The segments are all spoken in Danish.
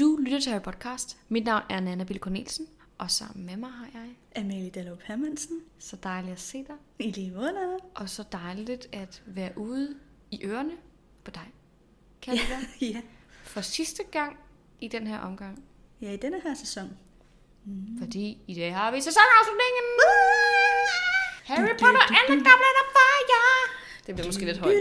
Du lytter til Harry Podcast. Mit navn er Nanna Bille Cornelsen, og sammen med mig har jeg Amalie Dallrup Hermansen. Så dejligt at se dig. I lige måde. Og så dejligt at være ude i ørerne på dig. Kan det være? Ja. For sidste gang i den her omgang. Ja, i denne her sæson. Fordi i dag har vi sæsonafslutningen. Harry Potter and the Goblet of Fire. Det bliver måske lidt højt.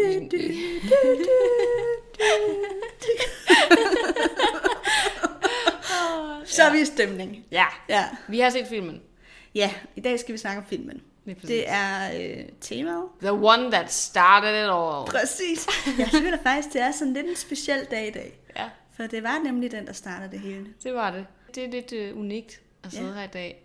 Så er vi i stemning. Ja. Ja. Vi har set filmen. Ja, i dag skal vi snakke om filmen. Det er temaet. The one that started it all. Præcis. Jeg føler faktisk, det er sådan lidt en speciel dag i dag. Ja. For det var nemlig den, der startede det hele. Det var det. Det er lidt unikt at sidde her i dag.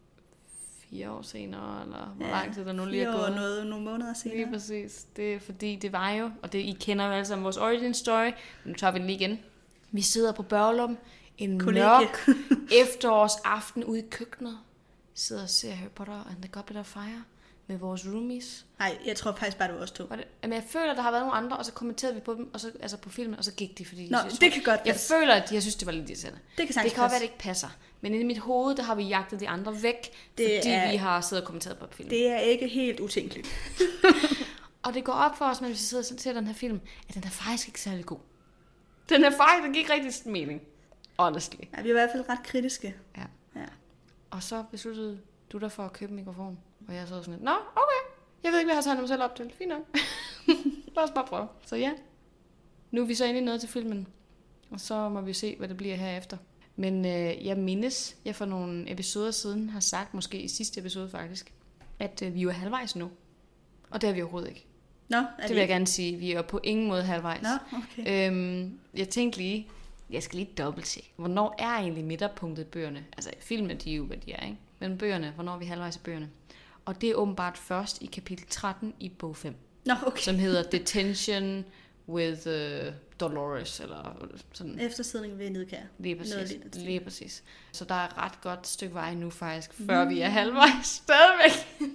4 år senere, eller hvor lang tid der nu lige er gået. 4 år, nogle måneder senere. Lige præcis. Det er fordi, det var jo, og det I kender jo alle sammen vores origin story. Nu tager vi den lige igen. Vi sidder på Børglum en mørk efterårsaften ude i køkkenet. Vi sidder og ser Harry Potter and the Goblet of Fire med vores roomies. Nej, jeg tror faktisk bare, det var os to. Men jeg føler, der har været nogle andre, og så kommenterede vi på dem, og så, altså på filmen, og så gik de, fordi Nå, det kan godt passe. Jeg føler, at jeg synes, det var lidt irriterende. Det kan godt være, at det ikke passer. Men i mit hoved, der har vi jagtet de andre væk, fordi vi har siddet og kommenteret på filmen. Det er ikke helt utænkeligt. Og det går op for os, når vi sidder og ser den her film, at den er faktisk ikke særlig god. Den gik ikke rigtig mening. Honestly. Ja, vi er i hvert fald ret kritiske. Ja. Ja. Og så besluttede du dig for at købe en mikrofon. Og jeg sad sådan lidt, nå, okay. Jeg ved ikke, hvad jeg har taget mig selv op til. Fint nok. Lad os bare prøve. Så ja. Nu er vi så inde i noget til filmen. Og så må vi se, hvad det bliver herefter. Men jeg mindes, jeg for nogle episoder siden har sagt, måske i sidste episode faktisk, at vi er halvvejs nu. Og det er vi overhovedet ikke. Nå, det vil jeg gerne sige. Vi er på ingen måde halvvejs. Nå, okay. Jeg tænkte lige, jeg skal lige dobbelttjekke. Hvornår er egentlig midterpunktet i bøgerne? Altså filmen, de er jo, hvad de er, ikke? Men bøgerne, hvornår er vi halvvejs i bøgerne? Og det er åbenbart først i kapitel 13 i bog 5. Nå, okay. Som hedder Detention with Dolores, eller sådan. Eftersidning ved Nedkær. Lige præcis. Så der er et ret godt stykke vej nu faktisk, før vi er halvvejs. Stadigvæk.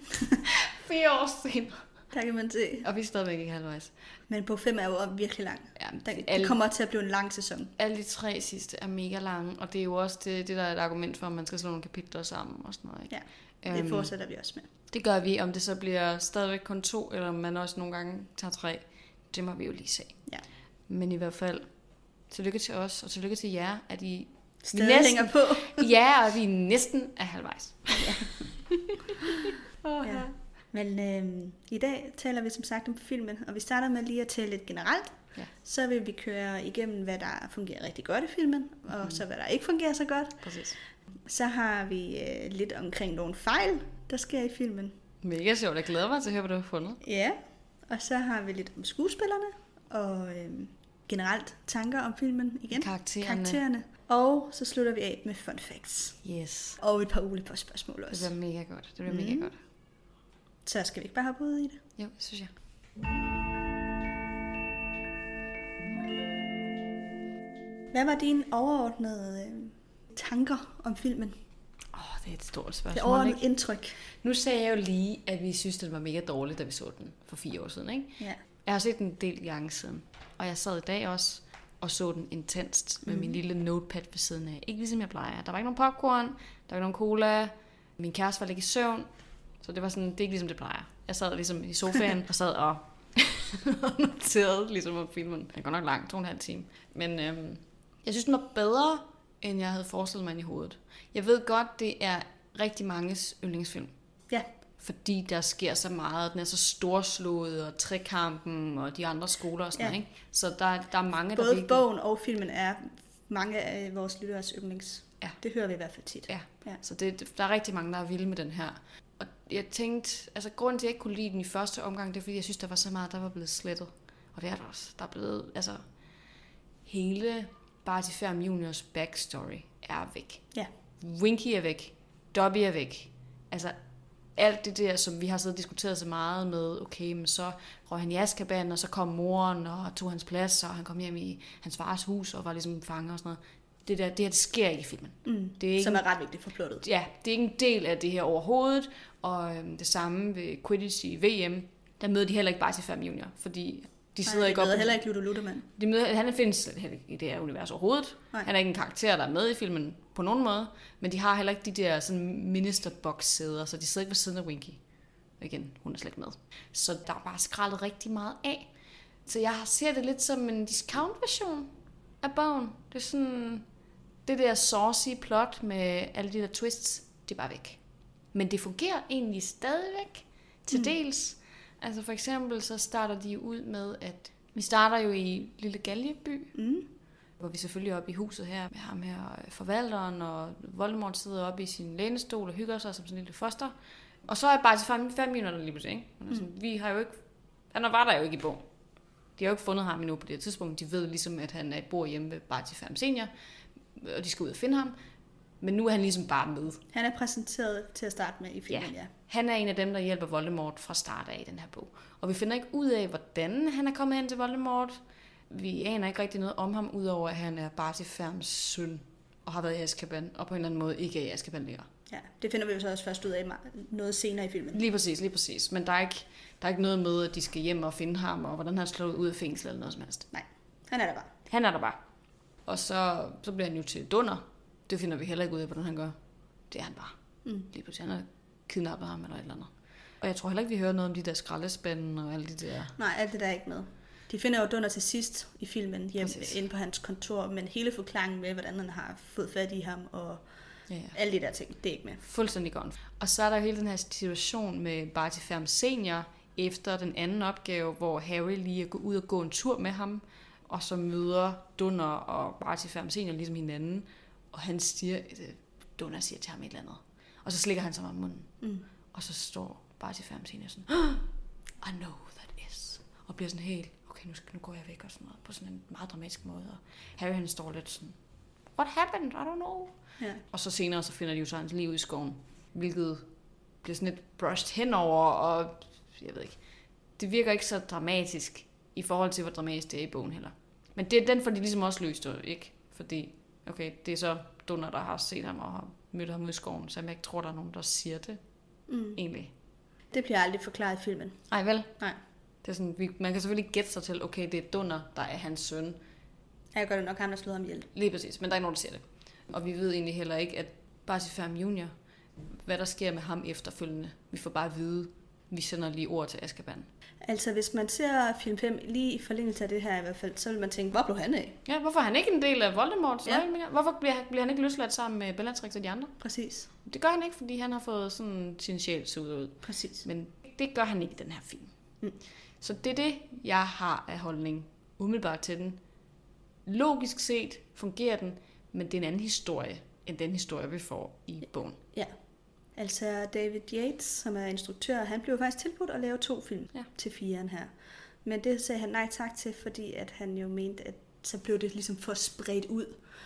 4 år senere. Der kan man se. Og vi er stadigvæk ikke halvvejs. Men bog 5 er jo virkelig lang. Ja, det kommer til at blive en lang sæson. Alle de 3 sidste er mega lange, og det er jo også det der er et argument for, at man skal slå nogle kapitler sammen og sådan noget. Ikke? Ja, det fortsætter vi også med. Det gør vi, om det så bliver stadigvæk kun 2, eller om man også nogle gange tager 3. Det må vi jo lige se. Ja. Men i hvert fald, tillykke til os, og tillykke til jer, at I stadig hænger på. Ja, og vi næsten er halvvejs. Ja. Ja. Men i dag taler vi som sagt om filmen, og vi starter med lige at tale lidt generelt. Ja. Så vil vi køre igennem, hvad der fungerer rigtig godt i filmen, og så hvad der ikke fungerer så godt. Præcis. Så har vi lidt omkring nogle fejl, der sker i filmen. Mega sjovt, jeg glæder mig til at høre, hvad du har fundet. Ja, og så har vi lidt om skuespillerne, og generelt tanker om filmen igen. Karaktererne. Og så slutter vi af med fun facts. Yes. Og et par ulepostspørgsmål også. Det bliver mega godt. Mega godt. Så skal vi ikke bare hoppe ud i det? Jo, det synes jeg. Hvad var dine overordnede tanker om filmen? Det er et stort spørgsmål. Det overordnede indtryk. Nu sagde jeg jo lige, at vi synes, den var mega dårlig, da vi så den for 4 år siden, ikke? Ja. Jeg har set den en del gange siden, og jeg sad i dag også og så den intenst med min lille notepad ved siden af. Ikke ligesom jeg plejer. Der var ikke nogen popcorn, der var ikke nogen cola, min kæreste var ikke i søvn, så det var sådan, det er ikke ligesom det plejer. Jeg sad ligesom i sofaen og sad og noterede ligesom om filmen. Den går nok langt, 2,5 timer. Men jeg synes, den var bedre, end jeg havde forestillet mig i hovedet. Jeg ved godt, det er rigtig manges yndlingsfilm. Ja. Fordi der sker så meget, den er så storslået, og trekampen, og de andre skoler og sådan noget, ikke? Så der er mange, både der virkelig... bogen og filmen er mange af vores lytteres yndlings. Ja. Det hører vi i hvert fald tit. Ja. Så der er rigtig mange, der er vilde med den her. Og jeg tænkte, altså grunden til, at jeg ikke kunne lide den i første omgang, det er, fordi jeg synes, der var så meget, der var blevet slettet. Og det er der også. Der er blevet, altså, hele Barty-Ferm Juniors backstory er væk. Ja. Winky er væk. Dobby er væk. Altså, alt det der, som vi har siddet og diskuteret så meget med, okay, men så røg han i Azkaban, og så kom moren og tog hans plads, og han kom hjem i hans fars hus og var ligesom fanget og sådan noget. Det her, det sker ikke i filmen. Det er ikke, som er ret vigtigt for plottet. Ja, det er ikke en del af det her overhovedet, og det samme ved Quidditch i VM, der møder de heller ikke Barty-Ferm Junior, fordi De sidder ikke op. De møder heller ikke Ludo Ludermand. Han findes slet ikke i det her univers overhovedet. Nej. Han er ikke en karakter, der er med i filmen på nogen måde, men de har heller ikke de der sådan ministerbox-sæder, så de sidder ikke ved siden af Winky. Igen, hun er slet ikke med. Så der er bare skrællet rigtig meget af. Så jeg ser det lidt som en discount-version af bogen. Det er sådan, det der saucy plot med alle de der twists, det er bare væk. Men det fungerer egentlig stadigvæk til dels. Altså for eksempel så starter de ud med, at vi starter jo i Lille Galjeby, hvor vi selvfølgelig er oppe i huset her med ham her, forvalteren, og Voldemort sidder oppe i sin lænestol og hygger sig som sådan en lille foster. Og så er bare til 5 minutter lige pludselig, ikke? Altså, vi har jo ikke, han var der jo ikke i bogen. De har jo ikke fundet ham endnu på det tidspunkt. De ved ligesom, at han er et bor hjemme ved Barty Fam Senior, og de skal ud og finde ham. Men nu er han ligesom bare med. Han er præsenteret til at starte med i filmen, ja. Han er en af dem, der hjælper Voldemort fra start af i den her bog. Og vi finder ikke ud af, hvordan han er kommet hen til Voldemort. Vi aner ikke rigtig noget om ham, udover at han er Barty Fams søn, og har været i Azkaban, og på en eller anden måde ikke er i Azkaban længere. Ja, det finder vi jo så også først ud af noget senere i filmen. Lige præcis. Men der er ikke noget med, at de skal hjem og finde ham, og hvordan han slået ud af fængsel eller noget som helst. Nej, han er der bare. Og så bliver han jo til dunder. Det finder vi heller ikke ud af, hvordan han gør. Det er han bare. Lige pludselig, han har kidnappet ham eller et eller andet. Og jeg tror heller ikke, vi hører noget om de der skraldespande og alle de der... Nej, alt det der er ikke med. De finder jo dunder til sidst i filmen hjemme inde på hans kontor, men hele forklaringen med, hvordan han har fået fat i ham og alle de der ting, det er ikke med. Fuldstændig gone. Og så er der hele den her situation med Barty Fam Senior efter den anden opgave, hvor Harry lige er gået ud og gå en tur med ham, og så møder Dunder og Barty Fam Senior ligesom hinanden, og han Dunder siger til ham et eller andet. Og så slikker han sig om munden. Og så står Barty Fam Senior sådan, I know that is. Og bliver sådan helt, okay, nu går jeg væk og sådan noget, på sådan en meget dramatisk måde. Og Harry han står lidt sådan, what happened? I don't know. Ja. Og så senere så finder de jo så hans liv i skoven, hvilket bliver sådan lidt brushed henover, og jeg ved ikke, det virker ikke så dramatisk i forhold til, hvor dramatisk det er i bogen heller. Men den får de ligesom også løst, ikke? Fordi, okay, det er så Dunder, der har set ham og har mødt ham ude i skoven, så jeg ikke tror, der er nogen, der siger det, egentlig. Det bliver aldrig forklaret i filmen. Nej, vel? Nej. Det er sådan, man kan selvfølgelig gætte sig til, okay, det er Dunder, der er hans søn. Jeg gør det nok ham, der slår ham ihjel. Lige præcis, men der er ikke nogen, der siger det. Og vi ved egentlig heller ikke, at Barty Fam Junior, hvad der sker med ham efterfølgende. Vi får bare at vide, vi sender lige ord til Azkaban. Altså, hvis man ser film 5 lige i forlængelse af det her i hvert fald, så vil man tænke, hvor blev han af? Ja, hvorfor er han ikke en del af Voldemort? Ja. Hvorfor bliver han ikke løsladt sammen med Bellatrix og de andre? Præcis. Det gør han ikke, fordi han har fået sådan sin sjæl suget ud. Præcis. Men det gør han ikke i den her film. Så det er det, jeg har af holdning umiddelbart til den. Logisk set fungerer den, men det er en anden historie, end den historie, vi får i bogen. Ja. Altså David Yates, som er instruktør, han blev faktisk tilbudt at lave 2 film til 4'eren her. Men det sagde han nej tak til, fordi at han jo mente, at så blev det ligesom for spredt ud.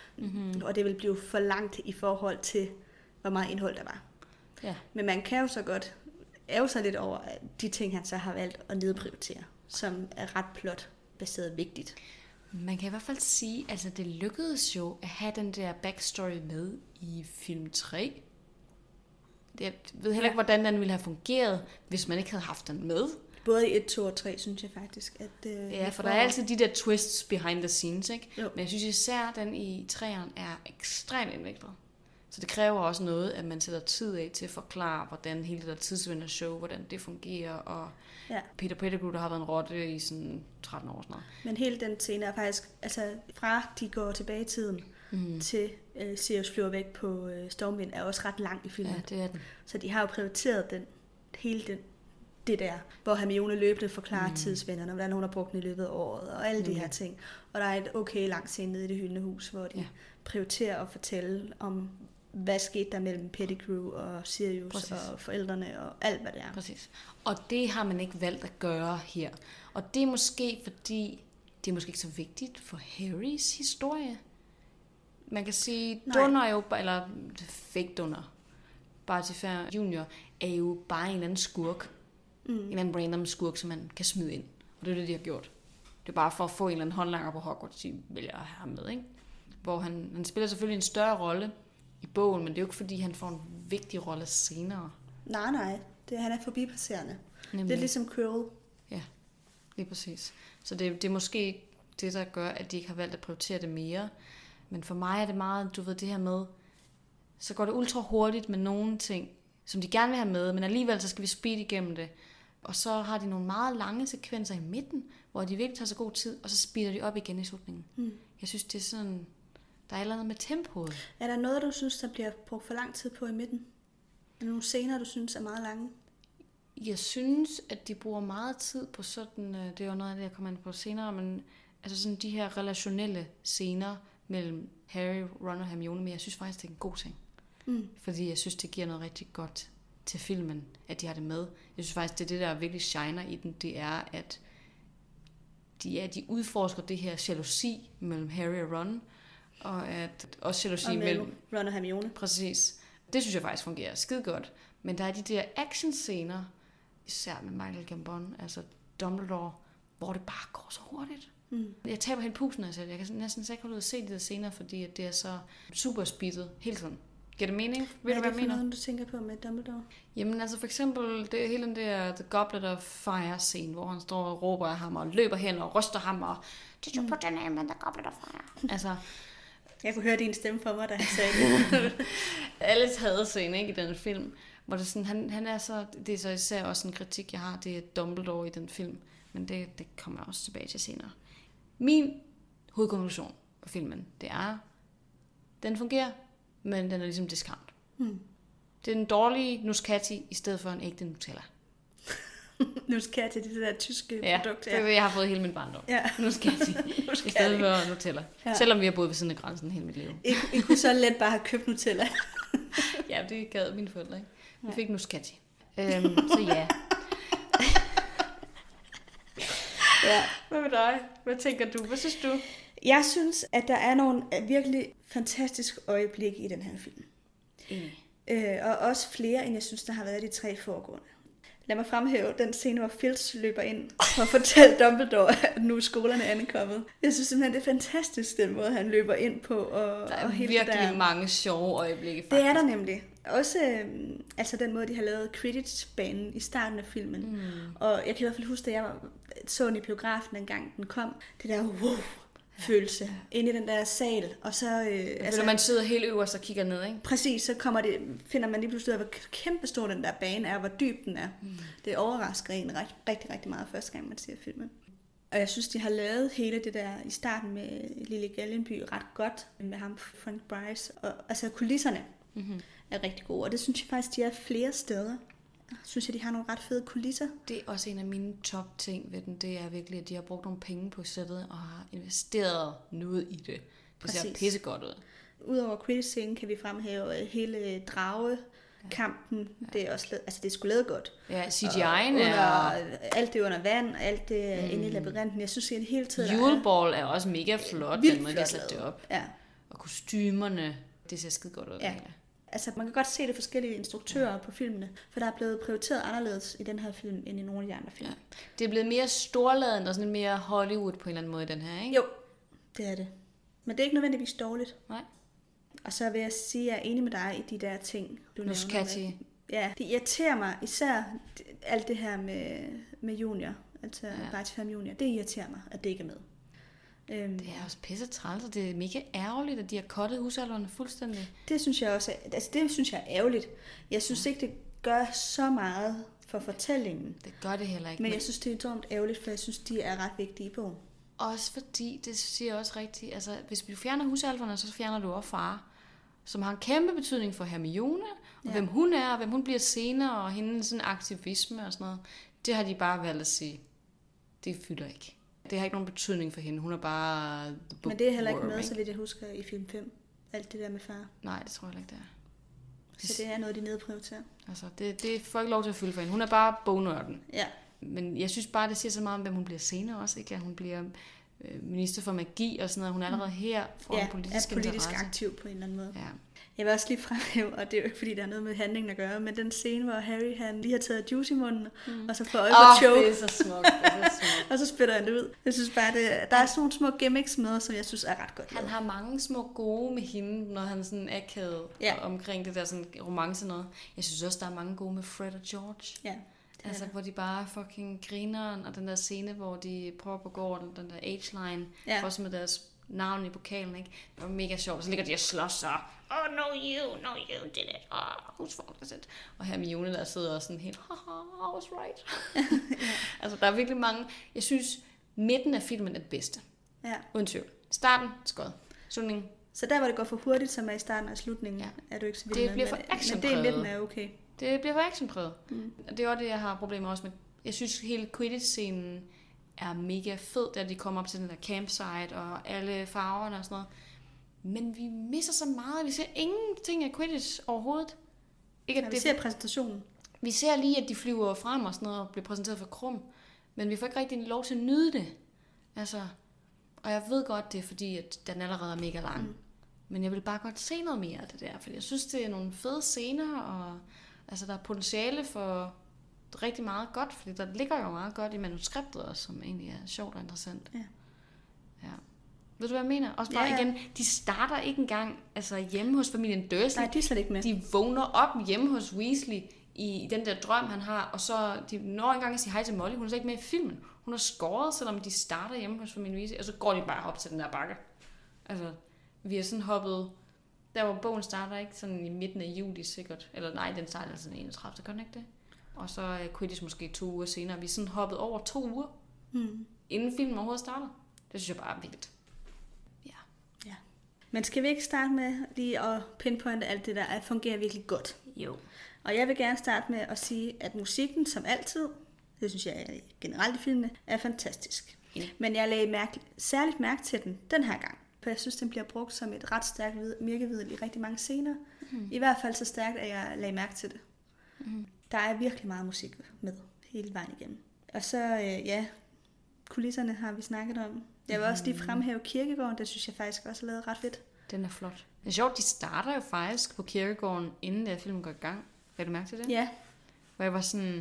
Og det ville blive for langt i forhold til, hvor meget indhold der var. Ja. Men man kan jo så godt ærge sig lidt over de ting, han så har valgt at nedprioritere, som er ret plot-baseret vigtigt. Man kan i hvert fald sige, altså det lykkedes jo at have den der backstory med i film 3. Jeg ved heller ikke, hvordan den ville have fungeret, hvis man ikke havde haft den med. Både i 1, 2 og 3, synes jeg faktisk. At, ja, for der er altid de der twists behind the scenes, ikke? Jo. Men jeg synes især, den i 3'eren er ekstremt indviklet. Så det kræver også noget, at man sætter tid af til at forklare, hvordan hele det der tidsvindende show, hvordan det fungerer, og Peter Pettigrew, der har været en rotte i sådan 13 år. Sådan. Men hele den scene er faktisk, altså fra de går tilbage i tiden, til Sirius flyver væk på Stormvind, er også ret lang i filmen. Ja, det er den. Så de har jo prioriteret det der, hvor Hermione løbende forklarer tidsvinderne, hvordan hun har brugt den i løbet af året, og alle de her ting. Og der er et okay lang scene nede i det hyldende hus, hvor de prioriterer at fortælle om, hvad skete der mellem Pettigrew og Sirius og forældrene og alt, hvad det er. Præcis. Og det har man ikke valgt at gøre her. Og det er måske, fordi det er måske ikke så vigtigt for Harrys historie. Man kan sige, Dunder er jo, eller fake Dunder, Barty Fam Junior, er jo bare en eller anden skurk. En eller anden random skurk, som man kan smide ind. Og det er det, de har gjort. Det er bare for at få en eller anden håndlanger på Hogwarts, de vælger at have ham med, ikke? Hvor han spiller selvfølgelig en større rolle i bogen, men det er jo ikke, fordi han får en vigtig rolle senere. Nej. Han er forbipasserende. Nemlig. Det er ligesom Quirrell. Ja. Lige præcis. Så det er måske det, der gør, at de ikke har valgt at prioritere det mere. Men for mig er det meget, du ved, det her med, så går det ultra hurtigt med nogle ting, som de gerne vil have med, men alligevel så skal vi speede igennem det. Og så har de nogle meget lange sekvenser i midten, hvor de virkelig tager så god tid, og så speeder de op igen i slutningen. Jeg synes, det er sådan, der er et eller andet med tempoet. Er der noget, du synes, der bliver brugt for lang tid på i midten? Er der nogle scener, du synes er meget lange? Jeg synes, at de bruger meget tid på sådan, det er jo noget af det, jeg kommer ind på senere, men altså sådan de her relationelle scener mellem Harry, Ron og Hermione, men jeg synes faktisk, det er en god ting. Fordi jeg synes, det giver noget rigtig godt til filmen, at de har det med. Jeg synes faktisk, det er det, der virkelig shiner i den, det er, at de udforsker det her jalousi mellem Harry og Ron, og at også jalousi mellem Ron og Hermione. Præcis. Det synes jeg faktisk fungerer skide godt. Men der er de der actionscener, især med Michael Gambon, altså Dumbledore, hvor det bare går så hurtigt. Jeg taber helt pusen, altså. Jeg kan næsten ikke holde ud at se de der scener, fordi at det er så super speedet hele tiden. Giver det mening? Hvad er det for noget, du tænker på med Dumbledore? Jamen altså for eksempel, det er hele den der The Goblet of Fire scene, hvor han står og råber af ham og løber hen og ryster ham og Did you put your name in the Goblet of Fire? Altså, jeg kunne høre din stemme for mig, da han sagde det. Alles hadescene, ikke, i den film, hvor det sådan, han er så, det er så især også en kritik, jeg har, det er Dumbledore i den film, men det kommer jeg også tilbage til senere. Min hovedkonklusion på filmen, det er, den fungerer, men den er ligesom discount. Det er en dårlig Muscati i stedet for en ægte Nutella. Muscati, det der tyske produkt. Ja, det jeg har fået hele min barndom. Ja. Muscati i stedet for Nutella. Ja. Selvom vi har boet ved siden af grænsen hele mit liv. I kunne så let bare have købt Nutella. Ja, det gad mine forældre, ikke? Vi fik Muscati. Så ja. Ja. Hvad med dig? Hvad tænker du? Hvad synes du? Jeg synes, at der er nogle virkelig fantastiske øjeblikke i den her film. Og også flere, end jeg synes, der har været de 3 foregående. Lad mig fremhæve den scene, hvor Filch løber ind og fortæller Dumbledore, at nu er skolerne ankommet. Jeg synes simpelthen, det er fantastisk, den måde, han løber ind på. Og, der er og virkelig mange sjove øjeblikke, faktisk. Det er der nemlig. Også altså den måde, de har lavet Quidditch-banen i starten af filmen. Og jeg kan i hvert fald huske, da jeg så den i biografen, en gang den kom. Det der følelse inde i den der sal, og så altså, man sidder helt øverst og kigger ned, ikke? Præcis, så finder man lige pludselig ud af, hvor kæmpe stor den der bane er, hvor dyb den er. Det overrasker en rigtig, rigtig meget første gang, man ser filmen. Og jeg synes, de har lavet hele det der i starten med Lily Gallenby ret godt med ham, Frank Bryce, og altså kulisserne er rigtig gode, og det synes jeg faktisk, de er flere steder. Synes jeg, de har nogle ret fede kulisser. Det er også en af mine top ting ved den. Det er virkelig, at de har brugt nogle penge på sættet og har investeret noget i det. Det ser pissegodt ud. Udover Quidditch-scenen kan vi fremhæve hele dragekampen. Det er også, altså det er sgu lavet godt. Ja, CGI'en er... Alt det under vand, alt det inde i labyrinten. Jeg synes, at det hele tiden Juleball er også mega flot, den måde, de har sat det op. Ja. Og kostymerne, det ser skide godt ud. Ja. Altså, man kan godt se det forskellige instruktører på filmene, for der er blevet prioriteret anderledes i den her film, end i nogle af de andre film. Ja. Det er blevet mere storladent og sådan mere Hollywood på en eller anden måde i den her, ikke? Jo, det er det. Men det er ikke nødvendigvis dårligt. Nej. Og så vil jeg sige, at jeg er enig med dig i de der ting, du nævner. Ja, det irriterer mig, især alt det her med Junior, altså Barty Fam Junior, det irriterer mig, at det ikke er med. Det er også pisse træls, og det er mega ærgerligt, at de har cuttet husalverne fuldstændig. Det synes jeg også, altså det synes jeg er ærgerligt. Jeg synes ikke, det gør så meget for fortællingen. Det gør det heller ikke. Men jeg synes, det er enormt ærgerligt, for jeg synes, de er ret vigtige i bogen. Også fordi, det siger også rigtigt, altså hvis du fjerner husalverne, så fjerner du også far, som har en kæmpe betydning for Hermione, og hvem hun er, og hvem hun bliver senere, og hendes sådan aktivisme og sådan noget. Det har de bare valgt at sige, det fylder ikke. Det har ikke nogen betydning for hende. Hun er bare... Men det er heller ikke med, så vidt jeg husker, i film 5. Alt det der med far. Nej, det tror jeg ikke, det er. Så det er noget, de nedprioriterer. Altså, det får ikke lov til at fylde for hende. Hun er bare bognørden. Ja. Men jeg synes bare, det siger så meget om, hvem hun bliver senere også. Ikke? At hun bliver minister for magi og sådan noget. Hun er allerede her for en politisk interesse. aktiv på en eller anden måde. Ja. Jeg vil også lige fremhæve, og det er jo ikke fordi, der er noget med handlingen at gøre, men den scene, hvor Harry han lige har taget juice i munden, og så får øje på Cho. Det er så smukt. Og så spytter han det ud. Jeg synes bare, der er sådan nogle små gimmicks med, som jeg synes er ret godt. Han har mange små gode med hende, når han sådan akavet omkring det der sådan romance noget. Jeg synes også, der er mange gode med Fred og George. Ja. Altså, hvor de bare fucking griner, og den der scene, hvor de prøver på at gå over den der age-line, for også med deres navn i pokalen, ikke? Det var mega sjovt. Så ligger de og slås, og no you did it. Whose fault is it? Og Hermione, der sidder også sådan helt, I was right. Altså, der er virkelig mange. Jeg synes, midten af filmen er det bedste. Ja. Uden tvivl. Starten, skød. Slutningen. Så der, hvor det går for hurtigt, som er i starten og slutningen, er du ikke så vild med. Det bliver for actionpræget. Men det i midten er okay. Det bliver for actionpræget. Og det er også det, jeg har problemer også med. Jeg synes, hele Quidditch-scenen er mega fed, da de kommer op til den der campsite og alle farverne og sådan noget. Men vi misser så meget. Vi ser ingenting af Quidditch overhovedet. Ikke, at vi ser præsentationen. Vi ser lige, at de flyver frem og sådan noget og bliver præsenteret for Krum. Men vi får ikke rigtig lov til at nyde det. Altså, og jeg ved godt, det er fordi, at den allerede er mega lang. Men jeg vil bare godt se noget mere af det der. Fordi jeg synes, det er nogle fede scener, og altså, der er potentiale for rigtig meget godt. Fordi der ligger jo meget godt i manuskriptet også, som egentlig er sjovt og interessant. Ja. Ved du, hvad jeg mener? Også bare igen, de starter ikke engang altså hjemme hos familien Dursley. Nej, de er slet ikke med. De vågner op hjemme hos Weasley i den der drøm, han har, og så de når engang at sige hej til Molly. Hun er slet ikke med i filmen. Hun er skåret, selvom de starter hjemme hos familien Weasley, og så går de bare op til den der bakke. Altså, vi er sådan hoppet, der hvor bogen starter, ikke? Sådan i midten af juli sikkert. Eller nej, den starter altså den 31. Gør den ikke det? Og så er Quidditch måske 2 uger senere. Vi er sådan hoppet over 2 uger, inden filmen overhovedet starter. Det synes jeg bare er vildt. Ja. Men skal vi ikke starte med lige at pinpointe alt det der, at fungerer virkelig godt? Jo. Og jeg vil gerne starte med at sige, at musikken som altid, det synes jeg generelt i filmene, er fantastisk. Men jeg lagde særligt mærke til den her gang. For jeg synes, den bliver brugt som et ret stærkt virkemiddel i rigtig mange scener. I hvert fald så stærkt, at jeg lagde mærke til det. Der er virkelig meget musik med hele vejen igennem. Og så, kulisserne har vi snakket om. Jeg vil også lige fremhæve kirkegården, det synes jeg faktisk også er lavet ret fedt. Den er flot. Det er sjovt, de starter jo faktisk på kirkegården, inden der filmen går i gang. Vil du mærke til det? Ja. Hvor jeg var sådan,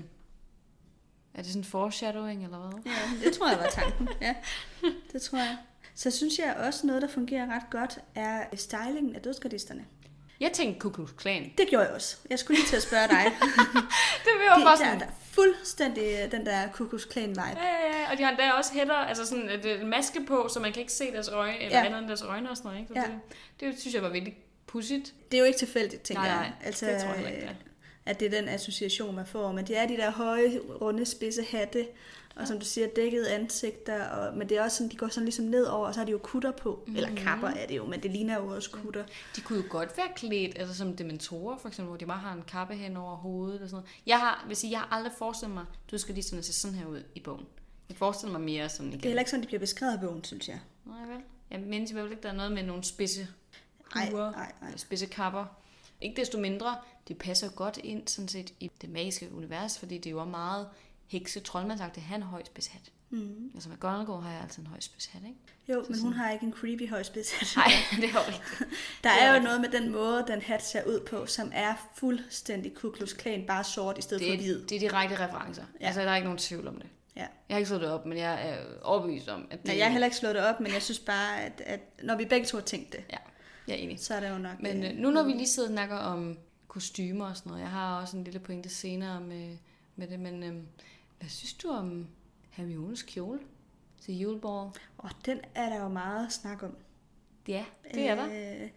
er det sådan foreshadowing eller hvad? Ja, det tror jeg var tanken. Ja, det tror jeg. Så synes jeg også noget, der fungerer ret godt, er stylingen af dødsgardisterne. Jeg tænkte Ku Klux Klan. Det gjorde jeg også. Jeg skulle lige til at spørge dig. Det var bare sådan. Der er fuldstændig den der Ku Klux Klan vibe. Ja, og de har endda også hætter, altså sådan en maske på, så man kan ikke se deres øjne, eller andet end deres øjne og sådan noget. Ikke? Så det synes jeg var virkelig pudsigt. Det er jo ikke tilfældigt, tænker jeg. Nej, altså, det tror jeg ikke, det er. At det er den association, man får. Men det er de der høje, runde, spidse hatte, og som du siger, dækkede ansigter, men det er også sådan, de går sådan ligesom nedover, og så har de jo kutter på. Eller kapper er det jo, men det ligner jo også kutter. De kunne jo godt være klædt, altså som dementorer for eksempel, hvor de bare har en kappe hen over hovedet og sådan noget. Jeg har aldrig forestillet mig, du skal lige sådan se sådan her ud i bogen. Jeg forestiller mig mere sådan igen. Det er heller ikke sådan, de bliver beskrevet i bogen, synes jeg. Nej vel? Jeg mindes i hvert fald ikke, der er noget med nogle spidse huer, spidse kapper. Ikke desto mindre, det passer godt ind sådan set i det magiske univers, fordi det er jo meget hekse-troldmandsagtigt. Han har høj spidshat. Altså med McGonagall har jeg altid en høj spidshat, ikke? Jo, så men hun har ikke en creepy høj spidshat. Nej, det er jo rigtigt. Der er jo noget med den måde, den hat ser ud på, som er fuldstændig Ku Klux Klan, bare sort i stedet for hvid. Det er direkte referencer. Ja. Altså, der er ikke nogen tvivl om det. Ja. Jeg har ikke slået det op, men jeg er overbevist om, at det... Nej, jeg har heller ikke slået det op, men jeg synes bare, at når vi begge to har tænkt det, jeg er enig. Så er det jo nok... Men nu når vi lige sidder og snakker om kostymer og sådan noget, jeg har også en lille pointe senere med det, men hvad synes du om Hermiones kjole til juleball? Den er der jo meget snak om. Ja, det er der.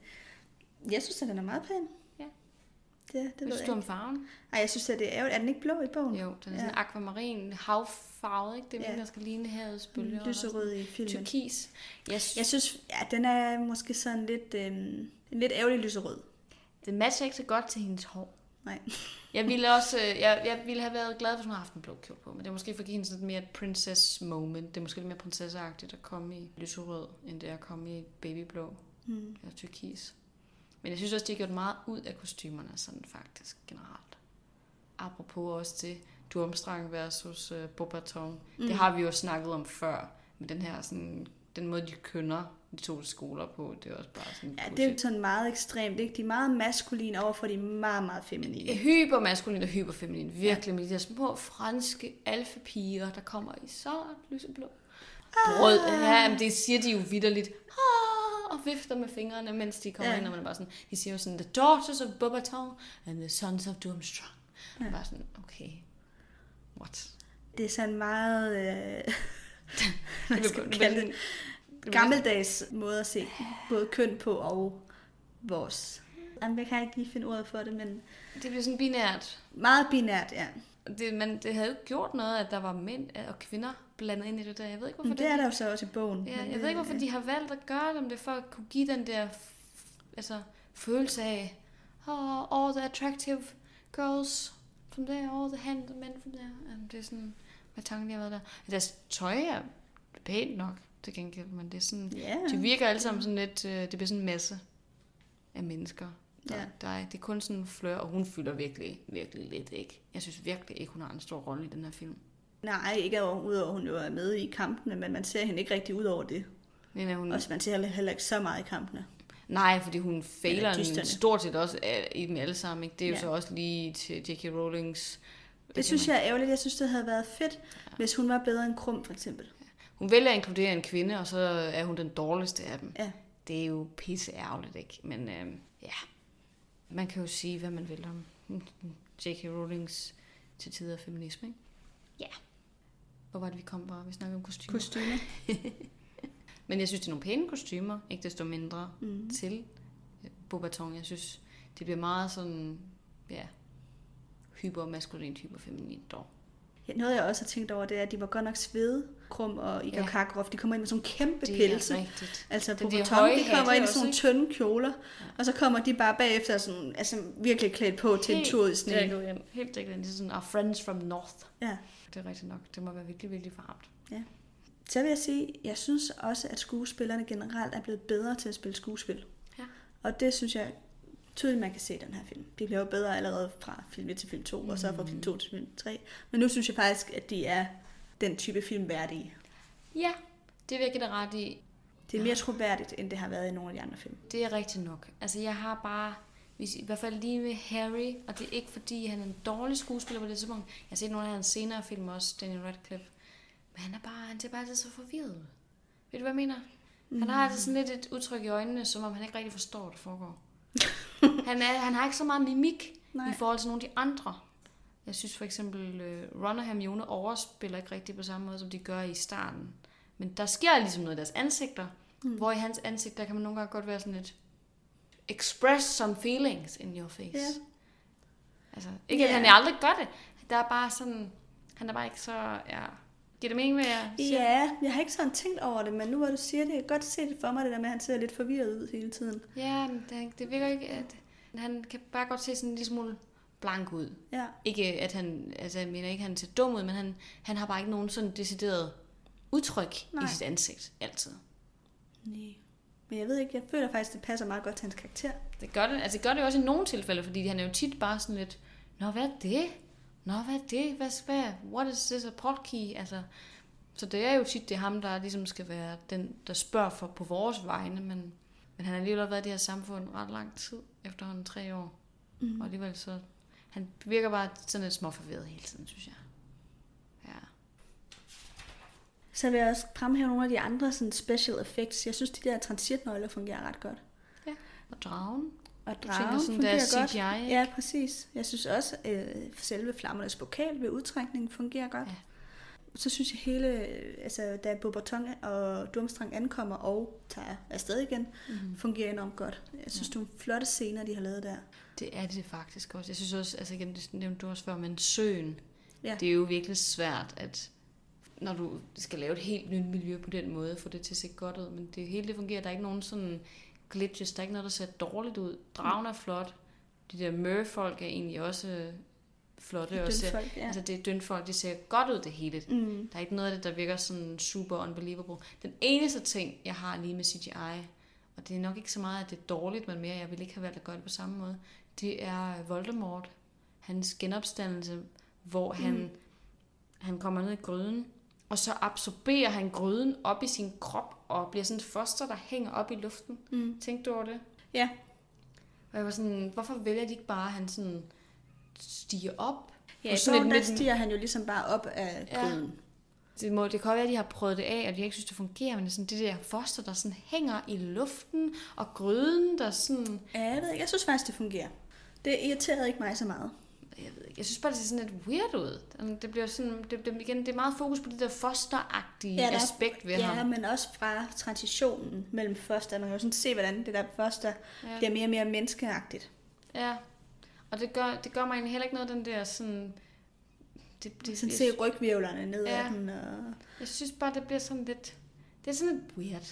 Jeg synes, at den er meget pæn. Ja. Det hvad synes du om farven? Ej, jeg synes, at det er den ikke blå i bogen? Jo, den er sådan aquamarin, havfarvet, ikke? Det er der skal ligne havets bølger. Lyserød i filmen. Turkis. Jeg synes, den er måske sådan lidt, en lidt ærgerlig lyserød. Det matcher ikke så godt til hendes hår. Nej. Jeg ville også, jeg ville have været glad, hvis hun havde haft en blå kjole på, men det er måske for at give hende sådan mere et princess moment. Det er måske lidt mere prinsesseagtigt at komme i lyserød, end det er at komme i babyblå eller turkis. Men jeg synes også, de har gjort meget ud af kostymerne, sådan faktisk generelt. Apropos også til Durmstrang versus Beauxbaton. Det har vi jo snakket om før, med den her sådan, den måde, de kønner de to skoler på, det er også bare sådan... Ja, det er jo sådan meget ekstremt, ikke? De er meget maskuline overfor de meget, meget feminine. Hypermaskuline og hyperfeminine, virkelig, med de der små franske alfapiger, der kommer i så lyseblå brød. Ja, men det siger de jo vitterligt. Og vifter med fingrene, mens de kommer ind, og man er bare sådan, de siger jo sådan, the daughters of Beauxbaton and the sons of Durmstrang. Ja. Bare sådan, okay, What? Det er sådan meget... hvad skal man kalde det? Gammeldags måde at se både køn på og vores... Jamen, jeg kan ikke lige finde ordet for det, men... Det bliver sådan binært. Meget binært, ja. Det havde jo gjort noget, at der var mænd og kvinder blandet ind i det der. Jeg ved ikke, hvorfor det er der jo så også i bogen. Ja, jeg ved ikke, hvorfor de har valgt at gøre det, om det er for at kunne give den der følelse af all the attractive girls from there, all the handsome men from there. Det er sådan, hvad tanken har været der. Deres tøj er pænt nok til gengæld, men det er sådan, de virker alle sammen sådan lidt, det bliver sådan en masse af mennesker. Det er kun sådan en flør, og hun fylder virkelig, virkelig lidt, ikke? Jeg synes virkelig ikke, hun har en stor rolle i den her film. Nej, ikke udover hun jo er med i kampene, men man ser hende ikke rigtig ud over det. Og man ser heller ikke så meget i kampene. Nej, fordi hun fejler stort set også i dem alle sammen. Ikke? Det er jo så også lige til J.K. Rowlings... Det synes jeg er ærgerligt. Jeg synes, det havde været fedt, hvis hun var bedre end Krum, for eksempel. Hun vælger at inkludere en kvinde, og så er hun den dårligste af dem. Ja. Det er jo pisse ærgerligt, ikke? Men man kan jo sige, hvad man vil om J.K. Rowlings til tider feminisme, ikke? Ja. Hvor var det, vi kom fra? Vi snakkede om kostymer. Men jeg synes, det er nogle pæne kostymer, ikke desto mindre, til Beauxbaton. Jeg synes, det bliver meget sådan, hypermaskulint, hyperfeminint dog. Ja, noget, jeg også har tænkt over, det er, at de var godt nok svede, Krum og Igor Karkaroff. De kommer ind med sådan kæmpe pelse. Det er rigtigt. Altså Beauxbaton, de kommer ind i sådan nogle tynde kjoler, og så kommer de bare bagefter sådan, altså virkelig klædt på til en tur i sneen. Helt dækket ind. Det er sådan, our friends from north. Ja. Det er rigtigt nok. Det må være virkelig, virkelig varmt. Ja. Så vil jeg sige, jeg synes også, at skuespillerne generelt er blevet bedre til at spille skuespil. Ja. Og det synes jeg tydeligt, man kan se i den her film. De bliver jo bedre allerede fra film 1 til film 2, og så fra film 2 til film 3. Men nu synes jeg faktisk, at de er den type film værdige. Ja, det vil jeg give dig ret i. Det er mere troværdigt, end det har været i nogle af de andre film. Det er rigtigt nok. Altså jeg har bare, i hvert fald lige med Harry, og det er ikke fordi, han er en dårlig skuespiller på det tidspunkt. Jeg har set nogle af hans senere film også, Daniel Radcliffe. Men han ser bare altid så forvirret ud. Ved du, hvad jeg mener? Han har altid sådan lidt et udtryk i øjnene, som om han ikke rigtig forstår, hvad der foregår. Han har ikke så meget mimik i forhold til nogle af de andre. Jeg synes for eksempel, Ron og Hermione overspiller ikke rigtig på samme måde, som de gør i starten. Men der sker ligesom noget i deres ansigter, hvor i hans ansigt, der kan man nogle gange godt være sådan lidt express some feelings in your face. Yeah. Altså, ikke at han aldrig gør det. Der er bare sådan, han er bare ikke så, giver det mening med jer? Ja, jeg har ikke sådan tænkt over det, men nu hvor du siger det, jeg kan godt se det for mig, det der med, at han ser lidt forvirret ud hele tiden. Ja, men det virker ikke, at han kan bare godt se sådan en lille smule blank ud. Ja. Ikke at han, altså jeg mener ikke, at han ser dum ud, men han har bare ikke nogen sådan decideret udtryk i sit ansigt, altid. Nej. Men jeg ved ikke, jeg føler faktisk, det passer meget godt til hans karakter. Det gør det, altså det gør det også i nogle tilfælde, fordi han er jo tit bare sådan lidt, hvad er det? Hvad? What is this, a portkey? Altså, så det er jo tit, det er ham, der ligesom skal være den, der spørger for på vores vegne, men han har alligevel været i det her samfund ret lang tid, efterhånden 3 år. Og alligevel så, han virker bare sådan lidt småforvirret hele tiden, synes jeg. Ja. Så vil jeg også fremhæve nogle af de andre sådan special effects. Jeg synes, de der transitnøgler fungerer ret godt. Ja, og dragen. Og dragen fungerer godt. CGI, ja, præcis. Jeg synes også, at selve flammernes pokal ved udtrækningen fungerer godt. Ja. Så synes jeg da Beauxbaton og Durmstrang ankommer og tager afsted igen, fungerer enormt godt. Jeg synes, det er nogle flotte scener, de har lavet der. Det er det faktisk også. Jeg synes også, altså igen, det nævnte du også før, men søen, det er jo virkelig svært, at når du skal lave et helt nyt miljø på den måde, få det til at se godt ud, men det hele det fungerer. Der er ikke nogen sådan glitches, der er ikke noget, der ser dårligt ud. Dragen er flot. De der mørfolk er egentlig også flotte. Altså det er dønfolk, de ser godt ud det hele. Der er ikke noget af det, der virker sådan super unbelievable. Den eneste ting, jeg har lige med CGI, og det er nok ikke så meget, at det er dårligt, men mere, jeg vil ikke have valgt at gøre det på samme måde, det er Voldemort. Hans genopstandelse, hvor han kommer ned i gryden, og så absorberer han gryden op i sin krop, og bliver sådan et foster, der hænger op i luften. Tænkte du over det? Ja. Og jeg var sådan, hvorfor vælger de ikke bare, at han sådan stiger op? Ja, sådan der stiger han jo ligesom bare op af gryden. Det kan være, at de har prøvet det af, og de ikke synes, det fungerer, men det er sådan det der foster, der sådan hænger i luften, og gryden, der sådan... Ja, jeg ved ikke. Jeg synes faktisk, det fungerer. Det irriterede ikke mig så meget. jeg ved ikke, jeg synes bare, det ser sådan lidt weird ud. Det bliver sådan, igen, det er meget fokus på det der fosteragtige aspekt ved ham. Ja, men også fra transitionen mellem foster. Man kan jo sådan se, hvordan det der foster bliver mere og mere menneskeagtigt. Ja, og det gør mig egentlig heller ikke noget, den der sådan... Sådan ser rygvirvlerne ned af den. Og... Jeg synes bare, det bliver sådan lidt... Det er sådan lidt weird.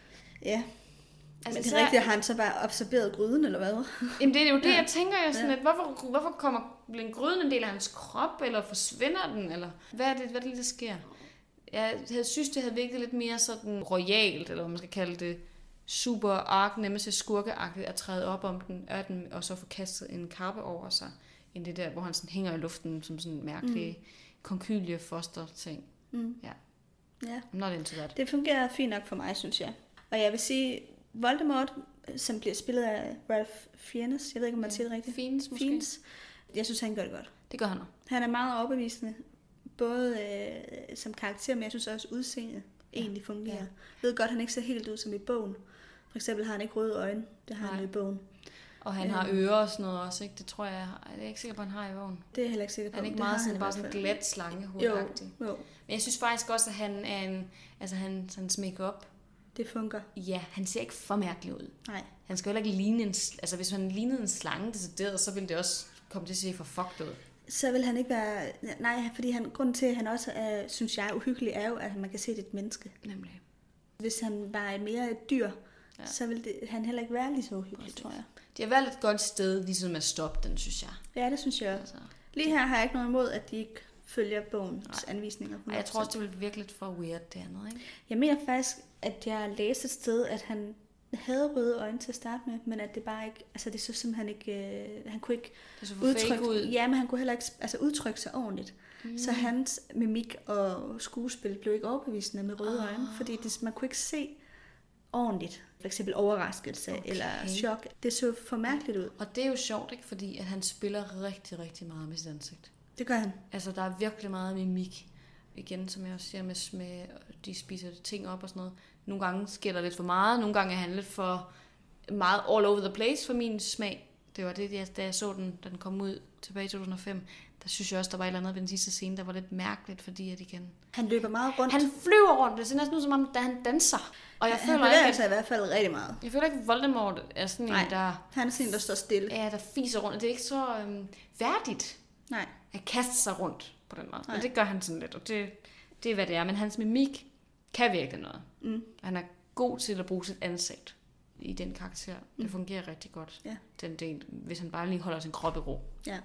Ja. Altså, men det er rigtigt, at han så bare absorberet gryden, eller hvad? Jamen, det er jo det, jeg tænker jo sådan, at hvorfor kommer en gryden en del af hans krop, eller forsvinder den, eller hvad er det, der sker? Jeg synes, det havde virkelig lidt mere sådan royalt, eller hvad man skal kalde det, super ark, nemmest skurkeagtigt, at træde op om den, og så få kastet en kappe over sig, end det der, hvor han sådan hænger i luften, som sådan en mærkelig konkylie foster ting. Ja. I'm not into that. Det fungerer fint nok for mig, synes jeg. Og jeg vil sige, Voldemort, som bliver spillet af Ralph Fiennes, jeg ved ikke, om man siger det rigtigt. Fiennes. Jeg synes, han gør det godt. Det gør han også. Han er meget overbevisende, både som karakter, men jeg synes også, udseende egentlig fungerer. Jeg ved godt, han ikke ser helt ud som i bogen. For eksempel har han ikke røde øjne, det har han i bogen. Og han har ører og sådan noget også, ikke? Det tror jeg, det er ikke sikker på, han har i bogen. Det er jeg heller ikke sikker på. Han er ikke meget sådan, bare sådan glat slange hovedagtig. Jo. Men jeg synes faktisk også, at han er hans make-up. Det fungerer. Ja, han ser ikke for mærkelig ud. Nej. Han skal heller ikke ligne altså hvis han lignede en slange decideret, så ville det også komme til at se for fucked ud. Så vil han ikke være... Nej, fordi grunden til, at han også er, synes jeg, uhyggelig, er jo, at man kan se det et menneske. Nemlig. Hvis han var et mere dyr, så vil han heller ikke være lige så uhyggelig, tror jeg. Det har været et godt sted, ligesom at stoppe den, synes jeg. Ja, det synes jeg også. Lige her har jeg ikke noget imod, at de ikke følger bogens anvisninger. Ej, jeg tror også, det vil virke lidt for weird, det andet, ikke? Jeg mener faktisk, at jeg læste et sted, at han havde røde øjne til at starte med, men at det bare ikke, altså det så simpelthen ikke, han kunne ikke udtrykke, ja, men han kunne heller ikke udtrykke sig ordentligt. Så hans mimik og skuespil blev ikke overbevisende med røde øjne, fordi man kunne ikke se ordentligt. For eksempel overraskelse eller chok. Det så for mærkeligt ud. Og det er jo sjovt, ikke? Fordi at han spiller rigtig, rigtig meget med sit ansigt. Det gør han. Altså, der er virkelig meget mimik. Igen, som jeg også siger, med de spiser ting op og sådan noget. Nogle gange sker der lidt for meget. Nogle gange er han lidt for meget all over the place for min smag. Det var det, da jeg så den, da den kom ud tilbage i 2005. Der synes jeg også, der var et eller andet ved den sidste scene, der var lidt mærkeligt, fordi at igen... Han løber meget rundt. Han flyver rundt. Det ser næsten ud som om, da han danser. Og jeg føler ikke, altså i hvert fald rigtig meget. Jeg føler ikke, at Voldemort er sådan en, der... han er sådan en, der står stille. Ja, der fiser rundt. Det er ikke så værdigt at kaste sig rundt på den måde. Men det gør han sådan lidt, og det er, hvad det er. Men hans mimik kan virkelig noget. Han er god til at bruge sit ansigt i den karakter. Det fungerer rigtig godt. Ja. Den del, hvis han bare lige holder sin krop i ro,